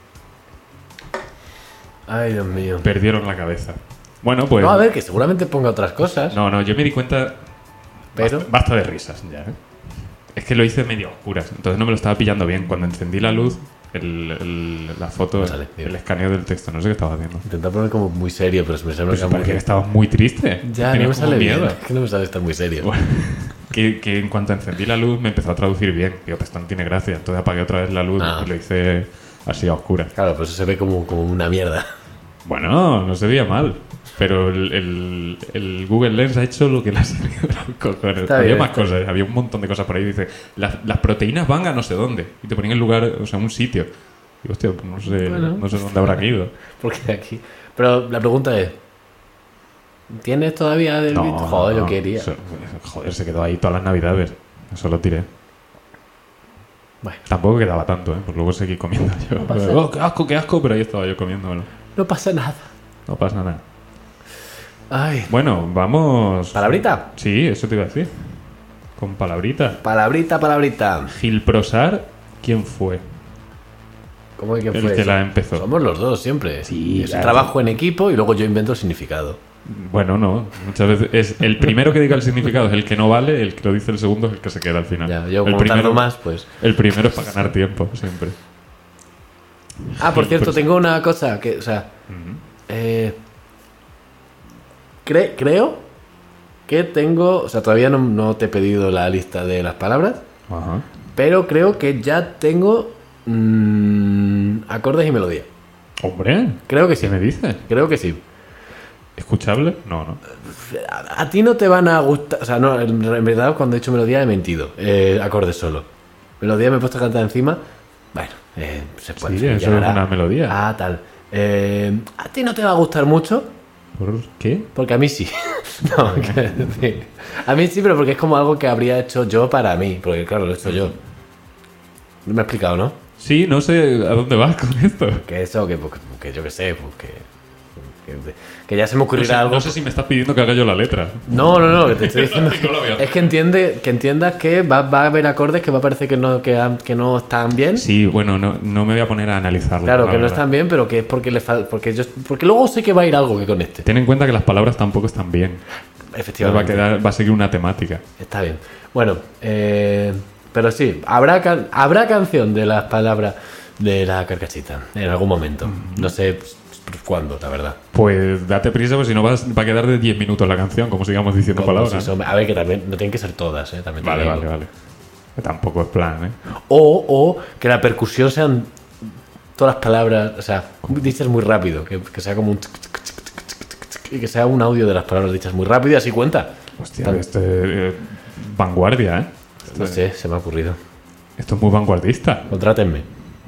Ay, Dios mío. Perdieron la cabeza. Bueno, pues... No, a ver, que seguramente ponga otras cosas. No, no, yo me di cuenta... Pero- Basta, basta de risas ya, ¿eh? Es que lo hice medio a oscuras, entonces no me lo estaba pillando bien. Cuando encendí la luz, el, el- la foto, Vale, el dime. escaneo del texto, no sé qué estaba haciendo. Intentar poner como muy serio, pero se me sale Pues muy parecía que estabas muy triste. Ya, Tenías no me como sale miedo. bien. Es que no me sale estar muy serio. Bueno, que, que en cuanto encendí la luz me empezó a traducir bien. Digo, pues esto no tiene gracia. Entonces apagué otra vez la luz Ah. y lo hice así a oscuras. Claro, pues eso se ve como, como una mierda. Bueno, no se veía mal. Pero el, el, el Google Lens ha hecho lo que le ha salido de los cojones. Está había bien, más está cosas, había un montón de cosas por ahí. Dice, las, las proteínas van a no sé dónde. Y te ponían el lugar, o sea, un sitio. Y hostia, pues no sé, Bueno. no sé dónde habrán ido. Porque aquí... Pero la pregunta es... ¿Tienes todavía del No, Beat? Joder, no, yo quería. eso- joder, se quedó ahí todas las navidades. Eso lo tiré. Bueno, Tampoco quedaba tanto, ¿eh? Pues luego seguí comiendo yo. pasa Oh, qué asco, qué asco, pero ahí estaba yo comiéndomelo. no pasa nada. No pasa nada. Ay, Bueno, vamos... ¿palabrita? Sí, eso te iba a decir. Con palabrita. Palabrita, palabrita. Gilprosar, ¿quién fue? ¿Cómo es que El fue que eso? la empezó. Somos los dos siempre. Sí, Es un claro. trabajo en equipo y luego yo invento el significado. Bueno, no. Muchas veces es el primero que diga el significado es el que no vale, el que lo dice el segundo es el que se queda al final. Ya, yo el como tardo más, pues... El primero es para ganar tiempo, siempre. Ah, por cierto, Pues- tengo una cosa que, o sea... Ujú. Eh, cre- creo que tengo... O sea, todavía no, no te he pedido la lista de las palabras, Ajá. pero creo que ya tengo mm, acordes y melodía. Hombre, Creo que sí. ¿qué me dices? Creo que sí. ¿Escuchable? No, no. A, a ti no te van a gustar... O sea, no, en, en verdad cuando he dicho melodía he mentido. Eh, acordes solo. Melodía me he puesto a cantar encima. Bueno, eh, se puede. Sí, eso es llegará. una melodía. Ah, tal. Eh, a ti no te va a gustar mucho, ¿Por qué? porque a mí sí. No, quiero decir, a mí sí, pero porque es como algo que habría hecho yo para mí. Porque claro, lo he hecho yo. No me he explicado, ¿no? Sí, no sé a dónde vas con esto. Que eso, que, pues, que yo qué sé, pues que, que, que ya se me No ocurrirá sé, algo. no sé si me estás pidiendo que haga yo la letra. No, no, no, que te estoy diciendo No lo veo. es que entiende, que entiendas que va, va a haber acordes que va a parecer que no, que, han- que no están bien. Sí, bueno, no, no me voy a poner a analizarlo. Claro, la que no verdad. están bien, pero que es porque le falta, porque yo, porque luego sé que va a ir algo que conecte. Ten en cuenta que las palabras tampoco están bien. Va a, Efectivamente. quedar, va a seguir una temática. Está bien. Bueno, eh, pero sí, habrá, can- habrá canción de las palabras de la carcachita en algún momento. No sé pues, pues, cuándo, la verdad. Pues date prisa, porque si no vas, va a quedar de diez minutos la canción, como sigamos diciendo Como palabras. si son- a ver, que también no tienen que ser todas, ¿eh? También te Vale, digo. vale, vale. Que tampoco es plan, ¿eh? O, o que la percusión sean todas las palabras, o sea, dichas muy rápido, que, que sea como un... tsk, tsk, tsk, tsk, tsk, tsk, y que sea un audio de las palabras dichas muy rápido y así cuenta. Hostia, Tal- este, eh, vanguardia, ¿eh? No sé, se me ha ocurrido. Esto es muy vanguardista. Contrátenme.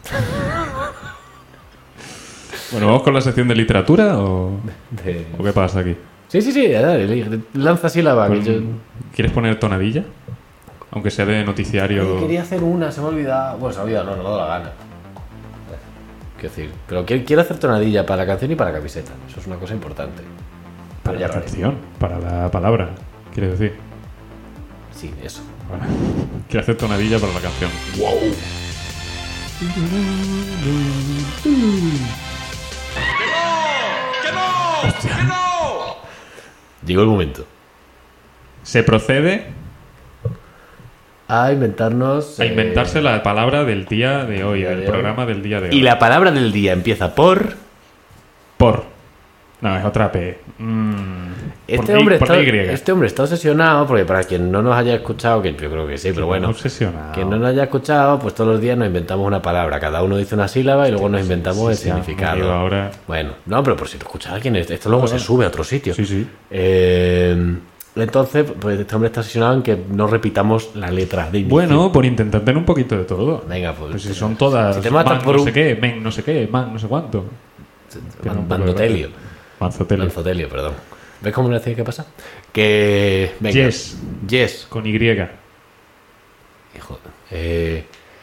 Bueno, ¿vamos con la sección de literatura o, De- o qué pasa aquí? Sí, sí, sí, dale, lanza sílaba. que yo... ¿Quieres poner tonadilla? Aunque sea de noticiario. Ay, quería hacer una, se me ha olvidado. Bueno, se me ha olvidado, no, no me ha dado la gana. Quiero decir, pero quiero, quiero hacer tonadilla para la canción y para la camiseta. Eso es una cosa importante. Para Pero ya la lo haré. canción, para la palabra, quieres decir. Sí, eso. Bueno, quiero hacer tonadilla para la canción. ¡Que no! ¡Que no! Llegó el momento. Se procede A inventarnos. a eh, inventarse la palabra del día de hoy, día del de hoy. programa del día de hoy. Y la palabra del día empieza por. Por. No, es otra P. Mm, Este por hombre, la- por está, la Y. este hombre está obsesionado, porque para quien no nos haya escuchado, que yo creo que sí, pero bueno, Obsesionado. quien no nos haya escuchado, pues todos los días nos inventamos una palabra. Cada uno dice una sílaba y luego nos inventamos el Sí, sí, ha ido significado. ahora. Bueno, no, pero por si lo escucha alguien, esto luego se sube a otro sitio. Sí, sí. Eh, entonces, pues este hombre está obsesionado en que no repitamos la letra de inicio. Bueno, por intentar tener un poquito de todo. Venga, pues. Pues si son todas. Si te matas man, por no un- sé qué, men, no sé qué, man, no sé cuánto. Tiene un poco de Mandotelio. gracia. Manzotelio. Manzotelio, perdón. ¿Ves cómo me decía que pasa? Que. Venga. Yes. Yes. Con Y. Hijo. Eh,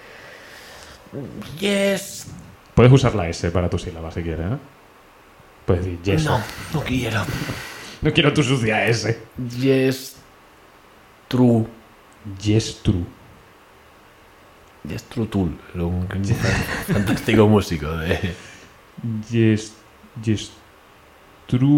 yes. Puedes usar la S para tu sílaba si quieres, ¿eh? Puedes decir yes. No, no quiero. No quiero tu sucia S. Yes. True. Yes, true. Yes, True Tool. Era un fantástico músico de. Yes. Yes, true.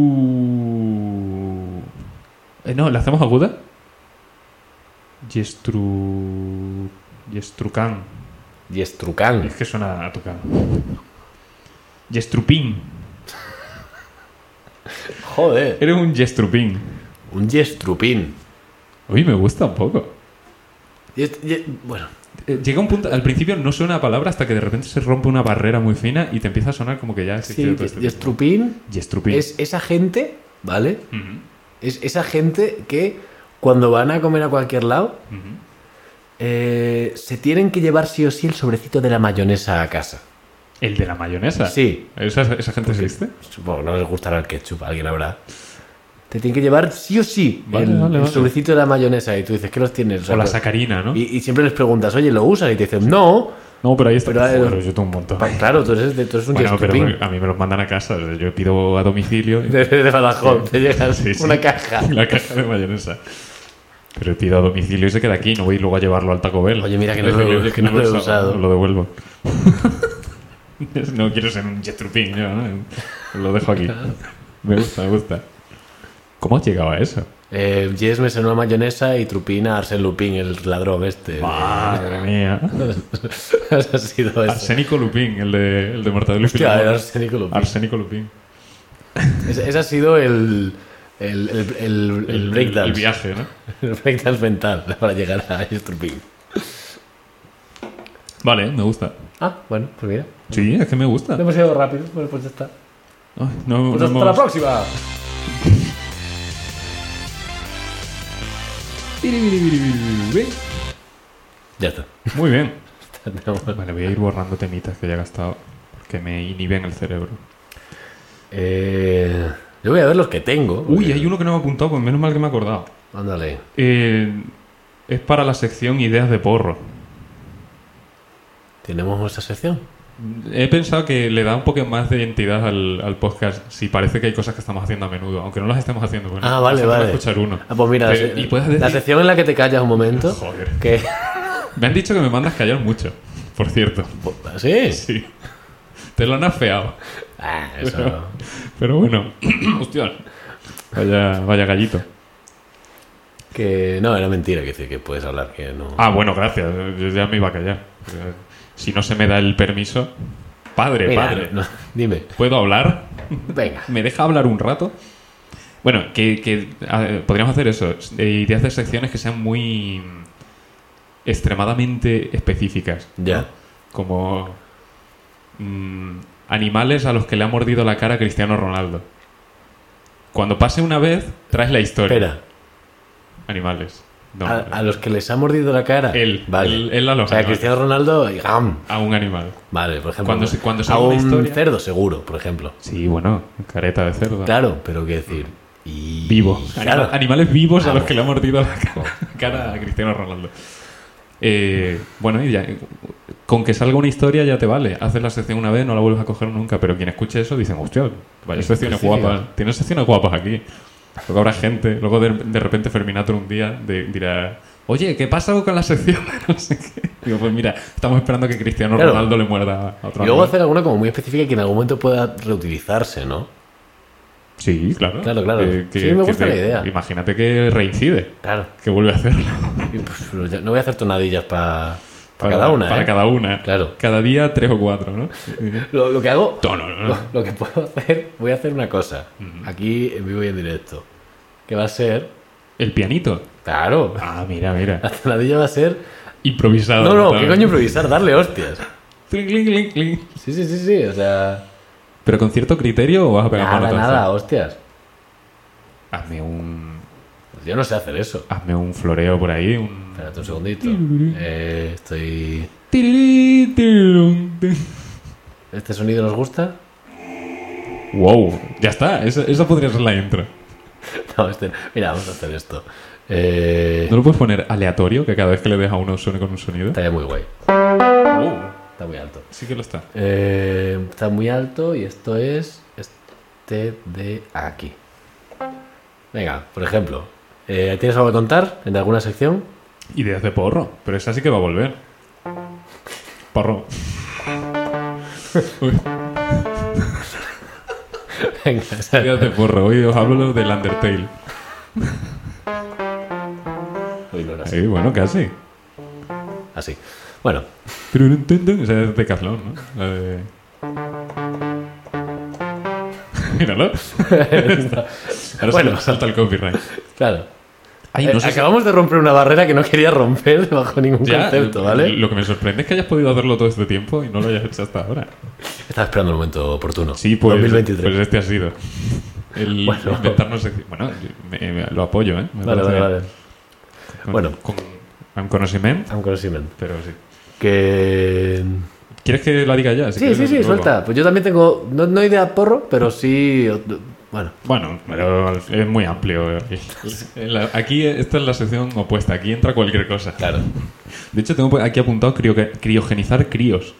Eh, no, ¿la hacemos aguda? Yes, true. Yes, trucan. Yes, Trucan. Es que suena a tucán. Yes, trupín. Joder. Eres un yes, trupín. Un Yes, Trupin. Uy, me gusta un poco. Yes- yes- bueno. Eh, Llega un punto, al principio no suena a palabra hasta que de repente se rompe una barrera muy fina y te empieza a sonar como que ya ha existido Sí, todo este Yes, tipo. Trupin Yes, trupín. es esa gente ¿vale? Ujú, Es esa gente que cuando van a comer a cualquier lado ujú. eh, se tienen que llevar sí o sí el sobrecito de la mayonesa a casa. ¿El de la mayonesa? Sí. ¿Esa, esa gente existe? Supongo que no les gustará el ketchup, alguien habrá. Te tienen que llevar sí o sí Vale, el, vale, el vale. sobrecito de la mayonesa. Y tú dices, ¿qué los tienes? O sea, O la pues- sacarina, ¿no? y, y siempre les preguntas, oye, ¿lo usas? Y te dicen, no. No, pero ahí está. Pero, eh, Bueno, yo tengo un montón. Pa- Claro, tú eres, de- tú eres un Bueno, pero yescupín. a mí me los mandan a casa. o sea, Yo pido a domicilio y- De, de Badajoz, te llegas Sí, sí. una caja. la caja de mayonesa. Pero pido a domicilio y se queda aquí. No voy luego a llevarlo al Taco Bell. Oye, mira que no lo- que no lo he usado. Lo devuelvo. No quiero ser un yestrupín, yo, ¿no? Lo dejo aquí. Me gusta, me gusta. ¿Cómo has llegado a eso? Eh, Jess me sonó a mayonesa y Trupina a Arsène Lupin, el ladrón este. Madre mía. Eso ha sido eso. Arsénico Lupín, el de, el de Mortadelo y Hostia, Filemón. era Arsénico Lupin. Arsénico Lupin. Ese, ese ha sido el, el, el, el, el breakdance. El viaje, ¿no? El breakdance mental para llegar a Jess Trupin. Vale, me gusta. Ah, bueno, pues mira. Sí, es que me gusta. Hemos ido rápido. Bueno, pues ya está. Ay, no, Pues no hasta hemos- la próxima. Ya está. Muy bien. Tenemos- Vale, voy a ir borrando temitas que ya he gastado porque me inhiben el cerebro. Eh, yo voy a ver los que tengo. Uy, hay uno que no me ha apuntado, pues menos mal que me he acordado. Ándale. Eh, es para la sección Ideas de Porro. ¿Tenemos nuestra sección? He pensado que le da un poco más de identidad al, al podcast si parece que hay cosas que estamos haciendo a menudo, aunque no las estemos haciendo. Bueno, Ah, vale, la gente va a vale. escuchar uno. Ah, pues mira, Eh, se- y puedes la decir... sección en la que te callas un momento. Joder. Que... Me han dicho que me mandas callar mucho, por cierto. ¿Sí? Sí. Te lo han afeado. Ah, eso... Pero, pero bueno. Hostia. Vaya, vaya gallito. Que no, era mentira, que decir que puedes hablar, que no... Ah, bueno, gracias. Yo ya me iba a callar. Si no se me da el permiso... Padre, Mira, padre. no, dime. ¿Puedo hablar? Venga. ¿Me deja hablar un rato? Bueno, que, que a ver, podríamos hacer eso. eh, Ideas de secciones que sean muy extremadamente específicas. ¿no? Ya. Como mm, animales a los que le ha mordido la cara a Cristiano Ronaldo. Cuando pase una vez, traes la historia. Espera. Animales. No, a, a los que les ha mordido la cara. Él, Vale. él- él a los O sea, animales. Cristiano Ronaldo y ¡gam! a un animal. Vale, por ejemplo. Cuando se- cuando se a haga una un historia- cerdo, seguro, por ejemplo. Sí, bueno, careta de cerdo. Claro, pero qué decir. Y... Vivo. Claro. Anima- animales vivos a Ah, los que le ha mordido la cara, cara a Cristiano Ronaldo. Eh, bueno, y ya, con que salga una historia ya te vale. Haces la sección una vez, no la vuelves a coger nunca. Pero quien escuche eso dicen, hostia, vaya secciones específica. guapas. Tienes secciones guapas aquí. Luego habrá gente, luego de, de repente Ferminator un día de- dirá, oye, ¿qué pasa con la sección? No sé qué. Digo, pues mira, estamos esperando a que Cristiano Claro. Ronaldo le muerda a otro Y luego animal. hacer alguna como muy específica que en algún momento pueda reutilizarse, ¿no? Sí, claro. Claro, claro. Sí, me gusta la idea. Imagínate que reincide, Claro. que vuelve a hacerlo. Y, pues, pero ya- no voy a hacer tonadillas para cada una, Para ¿eh? cada una. Claro. Cada día tres o cuatro, ¿no? Lo, lo que hago... No, no, no, no. Lo, lo que puedo hacer... Voy a hacer una cosa. Aquí en vivo y en directo. Que va a ser... El pianito. Claro. Ah, mira, mira. La tonadilla va a ser... Improvisado. No, no, ¿qué totalmente. coño improvisar? Darle hostias. Clink, clink, clink, clink. Sí, sí, sí, sí. O sea... ¿Pero con cierto criterio o vas a pegar Nada, manotazo? nada, hostias. Hazme un... Yo no sé hacer eso. Hazme un floreo por ahí. Un... Espérate un segundito. Eh, estoy... Tiriri, tirirum, tir. ¿Este sonido nos gusta? Wow, ya está. Esa, esa podría ser la intro. No, este... Mira, vamos a hacer esto. Eh... ¿No lo puedes poner aleatorio? Que cada vez que le des a uno suene con un sonido. Estaría muy guay. Oh, Está muy alto. sí que lo está. Eh, está muy alto y esto es este de aquí. Venga, por ejemplo, eh, ¿tienes algo que contar en alguna sección? Ideas de porro. Pero esa sí que va a volver. Porro. Uy, Venga, ideas de porro. Hoy os hablo del Undertale. Uy, no era así. Sí, bueno, casi. Así. Bueno, Esa es de Decathlon, ¿no? La de... Míralo. Ahora Bueno. bueno. salta el copyright. claro. Ay, Eh, no sé si- acabamos de romper una barrera que no quería romper bajo ningún Ya, concepto, ¿vale? Lo que me sorprende es que hayas podido hacerlo todo este tiempo y no lo hayas hecho hasta ahora. Estaba esperando el momento oportuno. Sí, pues, dos mil veintitrés. pues este ha sido. el Bueno. inventarnos secciones. Bueno, me- me- lo apoyo, ¿eh? Me Vale, parece vale, vale. Con, Bueno. Con, con conocimiento, Un conocimiento. pero sí. Que... ¿Quieres que la diga ya? Si Sí, quieres, sí, sí, luego. suelta. Pues yo también tengo, no, no idea porro, pero sí, bueno, Bueno, pero es muy amplio. En la- Aquí, esta es la sección opuesta. Aquí entra cualquier cosa. claro. De hecho, tengo aquí apuntado crio- criogenizar críos.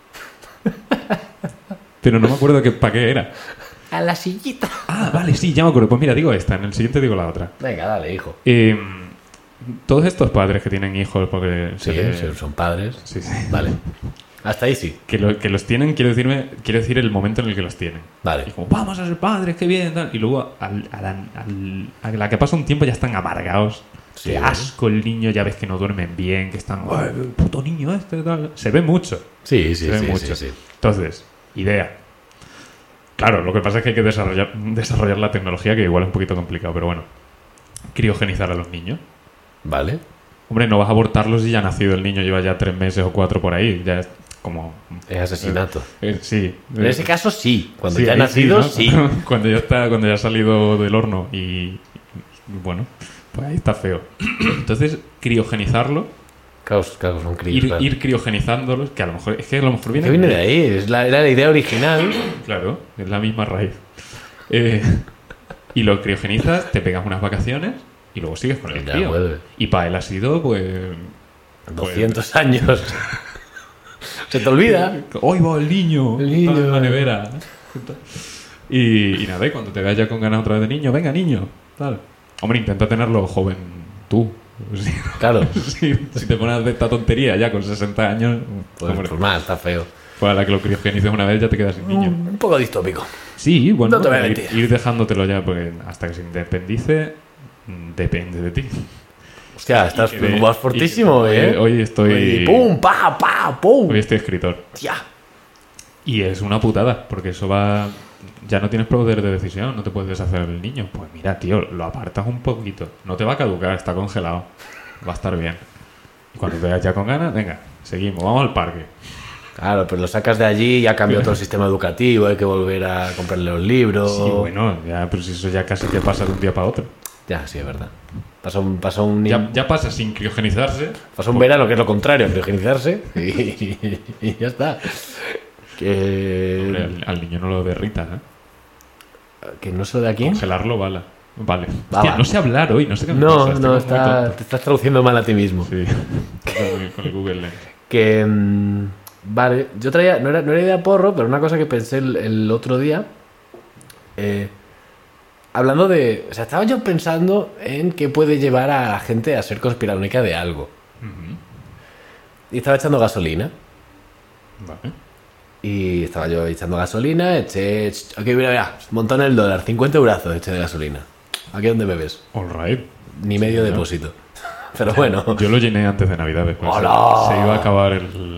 Pero no me acuerdo que, para qué era. A la sillita. Ah, vale, sí, ya me acuerdo. Pues mira, digo esta. En el siguiente digo la otra. Venga, dale, hijo. Eh, todos estos padres que tienen hijos porque Sí, se le- sí, son padres. sí, sí. Vale. Hasta ahí sí. Que, lo- que los tienen, quiero decirme, quiero decir el momento en el que los tienen. Vale. Y como, vamos a ser padres, qué bien, tal. Y luego al- a, la, al- a la que pasa un tiempo ya están amargados. Sí. Qué asco el niño, ya ves que no duermen bien, que están, "Ay, el puto niño este, tal". Se ve mucho. Sí, sí, se ve sí, mucho. sí, sí. Entonces, idea. Claro, lo que pasa es que hay que desarrollar, desarrollar la tecnología, que igual es un poquito complicado, pero bueno. Criogenizar a los niños. Vale. Hombre, no vas a abortarlos si ya ha nacido el niño, lleva ya tres meses o cuatro por ahí. Ya es como... Es asesinato. eh, sí. En ese caso sí. Cuando Sí, ya ha ahí nacido, ¿no? sí. Cuando ya está, cuando ya ha salido del horno y, y bueno, pues ahí está feo. Entonces, criogenizarlo, Caos, caos, son críos. ir, claro. ir criogenizándolos, que a lo mejor es que a lo mejor viene, ¿Qué viene de ahí? Es la, era la idea original. Claro, es la misma raíz. Eh, y lo criogenizas, te pegas unas vacaciones y luego sigues con el Ya crío. vuelve. Y para él ha sido, pues, doscientos años. Se te olvida. ¡hoy va el niño! El niño. Está en la nevera. Y, y nada, y cuando te veas ya con ganas otra vez de niño, venga niño, tal. Hombre, intenta tenerlo joven tú. Sí. Claro. Sí, si te pones de esta tontería ya con sesenta años, Pues, hombre, pues más, está feo. para la que lo criogenices una vez ya te quedas sin niño. Un poco distópico. Sí, bueno, No te voy a ir, mentir. ir dejándotelo ya, porque hasta que se independice, mm, depende de ti. Hostia, estás Y de- más fortísimo, y- hoy- ¿eh? Hoy estoy. Hoy, ¡pum! ¡Pa! ¡Pa! ¡Pum! Hoy estoy escritor. ¡Tía! Y es una putada, porque eso va... Ya no tienes poder de decisión, no te puedes deshacer del niño. Pues mira, tío, lo apartas un poquito. No te va a caducar, está congelado. Va a estar bien. Y cuando te veas ya con ganas, venga, seguimos, vamos al parque. Claro, pero lo sacas de allí y ha cambiado todo el sistema educativo, hay que volver a comprarle los libros. Sí, bueno, ya, pero si eso ya casi te pasa de un día para otro. Ya, sí, es verdad. Pasa un, pasa un, Ya, ya pasa sin criogenizarse. pasa un verano, que es lo contrario, criogenizarse, y, y ya está. Que, Hombre, al, al niño no lo derritas, ¿eh? que no sé de aquí. Congelarlo, vale. Vale. Va, Hostia, va. no sé hablar hoy, no sé qué me No, pasa, estoy no, muy está, tonto. te estás traduciendo mal a ti mismo. Sí, con el- con el Google Lens. Que, mm, vale, yo traía, no era, no era idea porro, pero una cosa que pensé el, el otro día, eh, hablando de, o sea, estaba yo pensando en qué puede llevar a la gente a ser conspiranoica de algo. Ujú. Y estaba echando gasolina. Vale. Y estaba yo echando gasolina, eché, ch- aquí mira, mira, montón el dólar, cincuenta eurazos eché de gasolina. ¿Aquí dónde me ves? All right. Ni medio Sí, ¿no? depósito. Pero bueno. Yo lo llené antes de Navidad. Después ¡Hola! se iba a acabar el.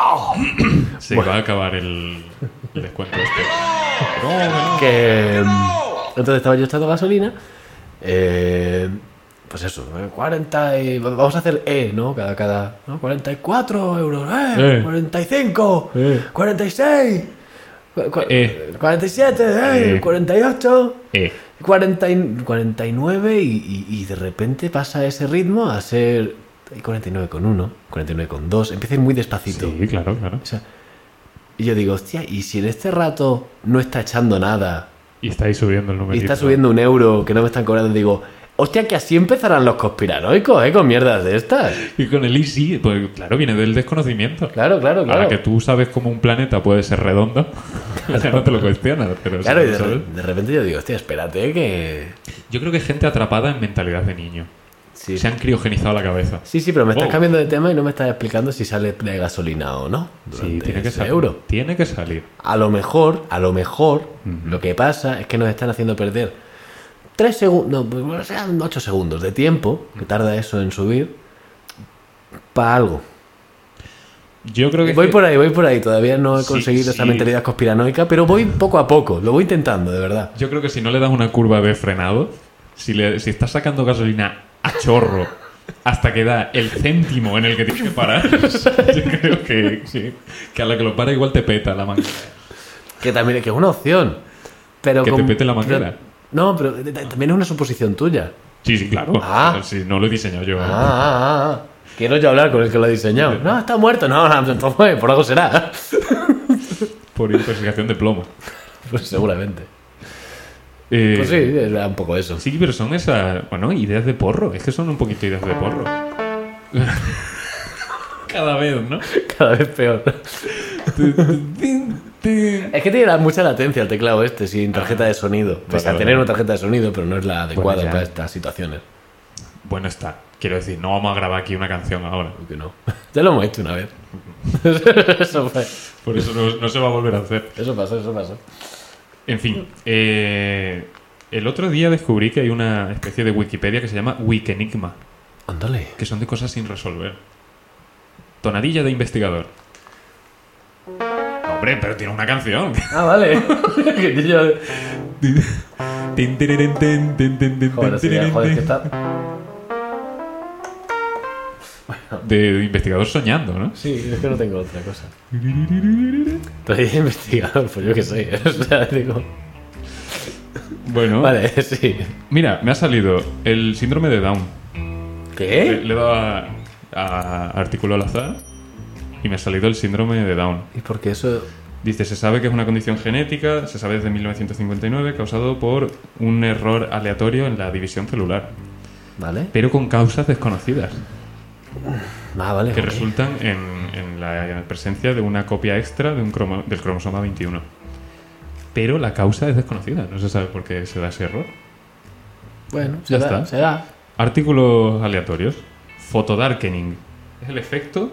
Se iba a acabar el, el descuento este. No, que no. Que mm, entonces estaba yo echando gasolina, eh, pues eso, eh, cuarenta y, vamos a hacer E, ¿no? Cada, cada, ¿no? cuarenta y cuatro euros, eh, Eh. cuarenta y cinco, Eh. cuarenta y seis, cu- cu- Eh. cuarenta y siete, eh, Eh. cuarenta y ocho, Eh. cuarenta y, cuarenta y nueve y, y, y de repente pasa ese ritmo a ser cuarenta y nueve con uno, cuarenta y nueve con dos, empieza a ir muy despacito. Sí, claro, claro. O sea, y yo digo, hostia, ¿y si en este rato no está echando nada Y está ahí subiendo el número. y está subiendo un euro que no me están cobrando? Digo, hostia, que así empezarán los conspiranoicos, ¿eh? Con mierdas de estas. Y con el Easy, pues claro, viene del desconocimiento. Claro, claro, claro. Ahora que tú sabes cómo un planeta puede ser redondo, ya no te lo cuestionas. Pero Claro, y ¿sabes? de, ¿sabes? de repente yo digo, hostia, espérate que... Yo creo que hay gente atrapada en mentalidad de niño. Sí, Se han criogenizado la cabeza. sí, sí, pero me estás Oh. cambiando de tema y no me estás explicando si sale de gasolina o no. Sí, durante tiene que ese salir. euro. Tiene que salir. A lo mejor, a lo mejor, Ujú. lo que pasa es que nos están haciendo perder tres segundos, no, pues, bueno, sean ocho segundos de tiempo, que tarda eso en subir, para algo. Yo creo que. Voy por ahí, voy por ahí. Todavía no he Sí, conseguido esa sí. mentalidad conspiranoica, pero voy poco a poco. Lo voy intentando, de verdad. Yo creo que si no le das una curva de frenado, si, le, si estás sacando gasolina a chorro hasta que da el céntimo en el que tienes que parar, yo creo que, que, que a la que lo para igual te peta la manguera. Que también que es una opción. Pero Que te con- pete la manguera. No, pero t- t- también es una suposición tuya. Sí, sí, claro. Ah. Sí, no lo he diseñado yo. Ah, ah, ah. Quiero yo hablar con el que lo ha diseñado. No, está muerto. No, no, entonces por algo será. Por intoxicación de plomo. Pues seguramente. Eh, Pues sí, era un poco eso. Sí, pero son esas, bueno, ideas de porro. Es que son un poquito ideas de porro. Cada vez, ¿no? Cada vez peor. Es que tiene mucha latencia el teclado este, sin tarjeta de sonido. Pese Vale, a tener vale. una tarjeta de sonido, pero no es la adecuada Bueno, ya. para estas situaciones. Bueno, está. Quiero decir, no vamos a grabar aquí una canción ahora. Porque no. Ya lo hemos hecho una vez. Eso fue. Por eso no, no se va a volver a hacer. Eso pasó, eso pasó. En fin, eh, el otro día descubrí que hay una especie de Wikipedia que se llama Wikenigma, Ándale. que son de cosas sin resolver. Tonadilla de investigador. Hombre, pero tiene una canción. Ah, vale. Que yo- Tin, tiririn, tin, tin, tin, tin, Joder, sí, tiririn, joder, tin. que está. De, de investigador soñando, ¿no? Sí, es que no tengo otra cosa. Estoy investigador, pues yo qué sé. O sea, digo. Bueno, Vale, sí. mira, me ha salido el síndrome de Down. Le, ¿Qué? le he dado a, a artículo al azar y me ha salido el síndrome de Down. ¿Y por qué eso? Dice, se sabe que es una condición genética, se sabe desde mil novecientos cincuenta y nueve, causado por un error aleatorio en la división celular, Vale. pero con causas desconocidas, Ah, vale. que ok. resultan en, en la presencia de una copia extra de un cromo- del cromosoma veintiuno. Pero la causa es desconocida, no se sabe por qué se da ese error. Bueno, se Ya da, está. se da. Artículos aleatorios. Fotodarkening. Es el efecto...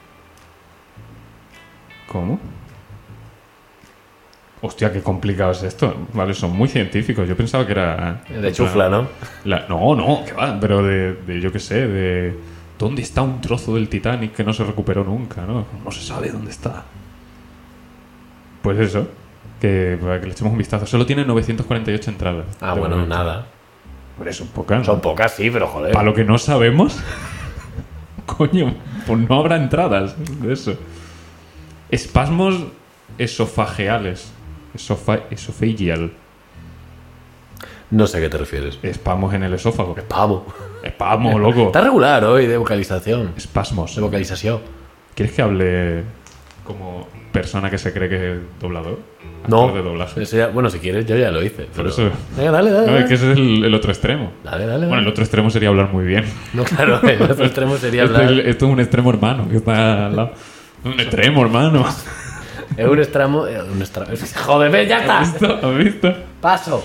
¿Cómo? Hostia, qué complicado es esto. Vale, son muy científicos. Yo pensaba que era... De chufla, ¿no? La- no, no, que va, pero de, de, yo qué sé, de... ¿Dónde está un trozo del Titanic que no se recuperó nunca, no? No se sabe dónde está. Pues eso, que para que le echemos un vistazo. Solo tiene novecientos cuarenta y ocho entradas. Ah, De bueno, momento. nada. Pero son pocas. Son pocas, sí, pero joder. Para lo que no sabemos, coño, pues no habrá entradas de eso. Espasmos esofageales. Esofa esophageal. No sé a qué te refieres. Espasmos en el esófago. Pavo. Espasmo, loco. Está regular hoy de vocalización. Espasmos. De vocalización. ¿Quieres que hable como persona que se cree que es doblador? No. Actor de doblaje. Eso ya- bueno, si quieres, yo ya lo hice. Por pero- eso. Venga, dale, dale. No, dale. es que ese es el, el otro extremo. Dale, dale, Bueno, el dale. otro extremo sería hablar muy bien. No, claro, el otro extremo sería Este hablar. es- esto es un extremo hermano que está al lado. Un extremo hermano. Es un extremo. eh, Un extremo. Joder, ve, ya ¿Has está. visto? ¿Has visto? Paso.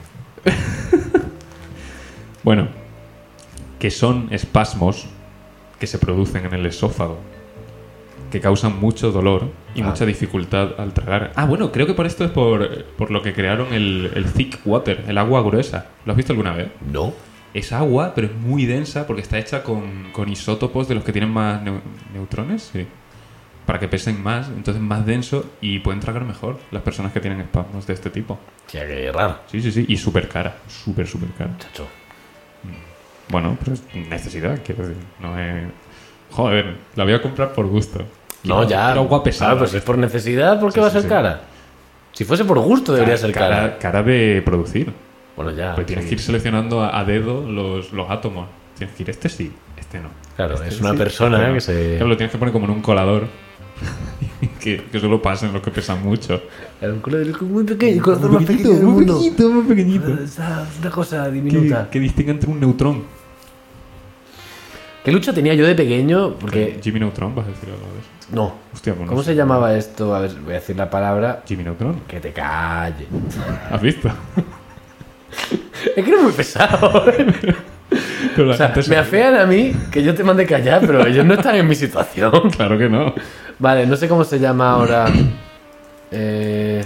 Bueno, que son espasmos que se producen en el esófago, que causan mucho dolor y Ah. mucha dificultad al tragar. Ah, bueno, creo que por esto es por, por lo que crearon el, el thick water, el agua gruesa. ¿Lo has visto alguna vez? No. Es agua, pero es muy densa porque está hecha con, con isótopos de los que tienen más neu- neutrones, sí. Para que pesen más, entonces más denso y pueden tragar mejor las personas que tienen espasmos de este tipo. Tía, qué raro. Sí, sí, sí. Y súper cara. Súper, súper cara. Chacho. Bueno, pero es necesidad, quiero decir. No es... Joder, la voy a comprar por gusto. No, Quiero- ya. quiero agua pesada. Claro, pues es por necesidad, ¿por qué Sí, va a sí, ser sí. cara? Si fuese por gusto, debería ser cara. cara. Cara de producir. Bueno, ya. Pues tienes sí. que ir seleccionando a, a dedo los, los átomos. Tienes que ir, este sí, este no. Claro, Este es una sí, persona este no. que se. Claro, lo tienes que poner como en un colador. que, que solo pasen los que pesan mucho. Era un colador muy pequeño, el corazón más pequeño del mundo. pequeñito, muy pequeñito. Es una cosa Que, diminuta. que distingue entre un neutrón. ¿Qué lucha tenía yo de pequeño? Porque. Jimmy Neutron, vas a decir algo de eso. No. Hostia, pues no ¿Cómo sé. se llamaba esto? A ver, voy a decir la palabra. Jimmy Neutron. Que te calle. ¿Has visto? Es que eres muy pesado. Pero la O sea, gente se- me afean a mí que yo te mande callar, pero ellos no están en mi situación. Claro que no. Vale, no sé cómo se llama ahora. Eh...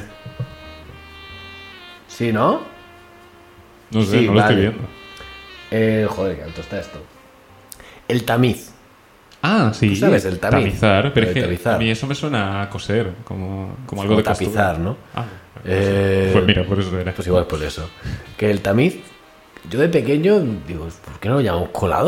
Sí, ¿no? No sé, Sí, no lo vale. estoy viendo. Eh, joder, qué alto está esto. El tamiz. Ah, sí. ¿Tú sabes el tamiz? Tamizar, pero Lo es de que tamizar. a mí eso me suena a coser, como, como algo Como de costura. tapizar, ¿no? Ah, Eh, pues mira, por eso era. Pues igual por eso. Que el tamiz, yo de pequeño digo, ¿por qué no lo llamamos colador?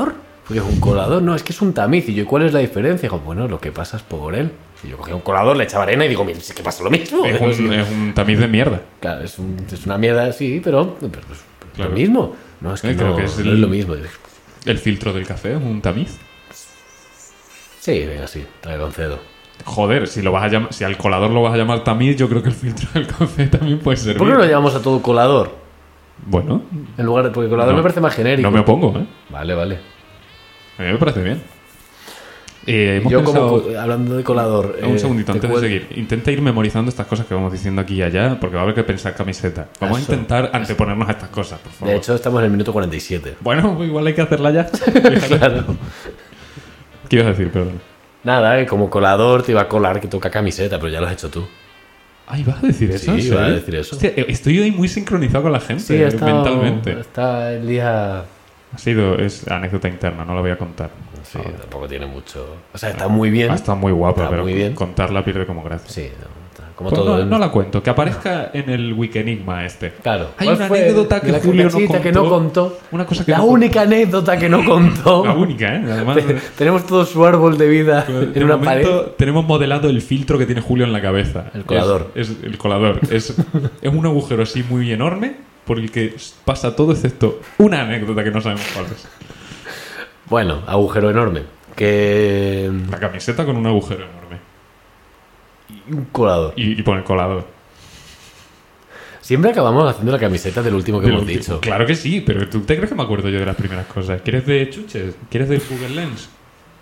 Porque es un colador, no, es que es un tamiz. Y yo, ¿y cuál es la diferencia? Digo, bueno, lo que pasas por él. Y yo cogía un colador, le echaba arena y digo, mira, sí que pasa lo mismo. Es un, es un tamiz de mierda. Claro, es, un, es una mierda, sí, pero, pero es Claro. lo mismo. No, es que, Eh, creo no, que es no el- es lo mismo. El filtro del café es un tamiz. Sí, venga, sí, te lo concedo. Joder, si lo vas a llamar, si al colador lo vas a llamar tamiz, yo creo que el filtro del café también puede servir. ¿Por qué no lo llamamos a todo colador? Bueno, En lugar de, porque colador No. me parece más genérico. no me opongo, ¿eh? Vale, vale. A mí me parece bien. Eh, hemos Yo pensado- como, co- hablando de colador... Un eh, segundito, te antes de cuel- seguir. Intenta ir memorizando estas cosas que vamos diciendo aquí y allá, porque va a haber que pensar camiseta. Vamos Eso. a intentar anteponernos a estas cosas, por favor. De hecho, estamos en el minuto cuarenta y siete. Bueno, pues igual hay que hacerla ya. Claro. ¿Qué ibas a decir, perdón? Nada, eh, como colador te iba a colar que toca camiseta, pero ya lo has hecho tú. Ay, ¿vas a decir eso? Sí, ¿En iba a serio? decir eso. Hostia, eh, estoy hoy muy sincronizado con la gente, Sí, está, mentalmente. está el día... Ha sido, es anécdota interna, no la voy a contar. Sí, tampoco tiene mucho... O sea, está muy bien. Ha estado muy guapa, Está pero muy bien. contarla pierde como gracia. Sí, no, está como Pues todo. no, en- no la cuento, que aparezca en el Wikenigma este. Claro. Hay ¿Cuál una fue anécdota que la Julio no cachita contó. que no contó. Una cosa que la no única anécdota que no contó. La única, ¿eh? Además, Tenemos todo su árbol de vida de en una momento pared. tenemos modelado el filtro que tiene Julio en la cabeza. El colador. Es, es el colador. Es, es un agujero así muy enorme por el que pasa todo excepto una anécdota que no sabemos cuál es. Bueno, agujero enorme. Que... La camiseta con un agujero enorme. y un colador. Y, y pone colador. Siempre acabamos haciendo la camiseta del último que Del hemos último. dicho. Claro que sí, pero ¿tú te crees que me acuerdo yo de las primeras cosas? ¿Quieres de chuches? ¿Quieres de Google Lens?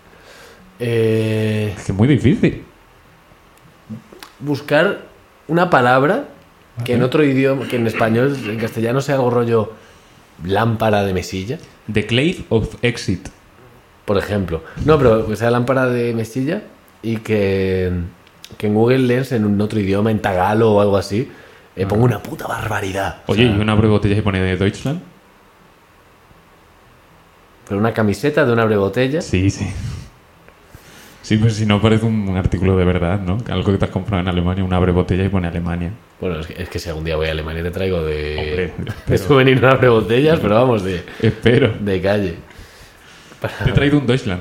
Eh, Es que es muy difícil. buscar una palabra que en otro idioma, que en español, en castellano sea algo rollo lámpara de mesilla, The Clave of Exit. por ejemplo. No, pero que sea lámpara de mesilla y que, que en Google Lens, en un otro idioma, en tagalo o algo así, eh, ponga una puta barbaridad. O Oye, sea, y una botella y pone de Deutschland. pero una camiseta de una botella. Sí, sí. Sí, pues si no parece un artículo de verdad, ¿no? Algo que te has comprado en Alemania, una botella y pone Alemania. Bueno, es que, es que si algún día voy a Alemania te traigo de, Hombre, de pero- souvenir una botellas, pero vamos, de, Espero. de calle. Te he traído un Deutschland.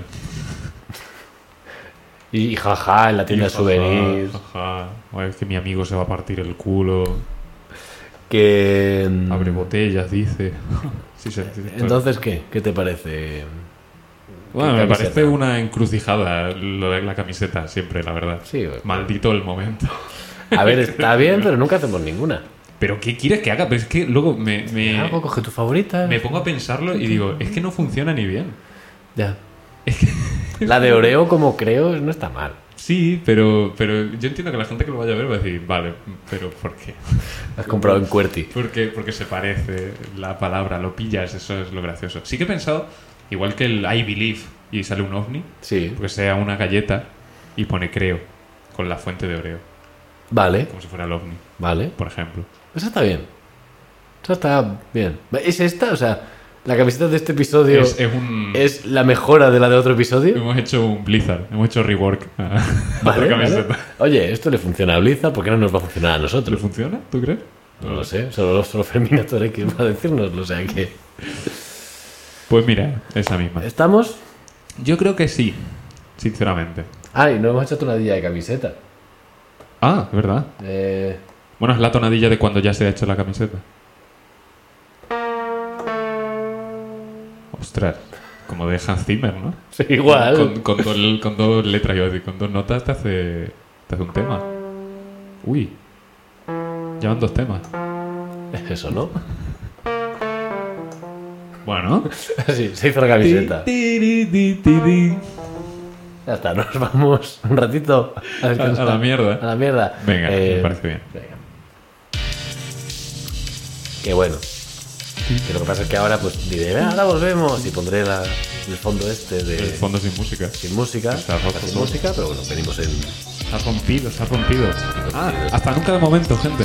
Y, y jaja, en la tienda de souvenirs. Ajá. Es que mi amigo se va a partir el culo. Que... mm, Abre botellas, dice. Sí, sí, sí, sí. Entonces, ¿qué? ¿Qué te parece? Bueno, ¿qué me camiseta? parece una encrucijada lo de la camiseta, siempre, la verdad. Sí, bueno. Maldito el momento. A ver, está bien, pero nunca hacemos ninguna. ¿Pero qué quieres que haga? Pero es que luego me, me, Algo, coge tu favorita. me pongo a pensarlo y digo, es que no funciona ni bien. Ya. La de Oreo, como creo, no está mal. Sí, pero, pero yo entiendo que la gente que lo vaya a ver va a decir, vale, pero ¿por qué? Has comprado en QWERTY. Porque, porque se parece la palabra, lo pillas, eso es lo gracioso. Sí que he pensado, igual que el I believe y sale un ovni, Sí. pues sea una galleta y pone creo, con la fuente de Oreo, Vale, como si fuera el ovni, vale. por ejemplo. Eso está bien. Eso está bien. ¿Es esta? O sea, la camiseta de este episodio Es, es, es un... la mejora de la de otro episodio. Hemos hecho un Blizzard, hemos hecho rework a, a Vale, la camiseta. vale. Oye, esto le funciona a Blizzard, ¿por qué no nos va a funcionar a ¿Le nosotros? funciona? ¿Tú crees? No lo sé, solo, solo Ferminator X va a decírnoslo, o sea que... Pues mira, esa misma. ¿Estamos? Yo creo que sí, sinceramente. Ay, no hemos hecho tonadilla de camiseta. Ah, es verdad. Eh... Bueno, es la tonadilla de cuando ya se ha hecho la camiseta. Ostras, como de Hans Zimmer, ¿no? Sí, igual. Con, con, dos, con dos letras, iba a decir, con dos notas te hace, te hace un tema. Uy, llevan dos temas. Eso, ¿no? Bueno. Sí, se hizo la camiseta. Ti, ti, ti, ti, ti. Ya está, nos vamos un ratito a descansar. A la mierda. A la mierda. Venga, Eh, me parece bien. Venga. Que bueno. Que lo que pasa es que ahora pues diré, "Ah, ahora volvemos", y pondré la, el fondo este de El fondo sin música. sin música, Está roto sin todo. música, pero bueno, venimos en Se ha rompido, se ha rompido. Ah, hasta nunca de momento, gente.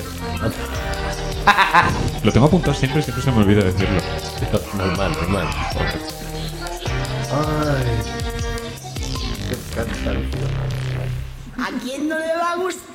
Lo tengo apuntado siempre y siempre se me olvida decirlo. normal, normal. Ay, qué cansancio. ¿A quién no le va a gustar?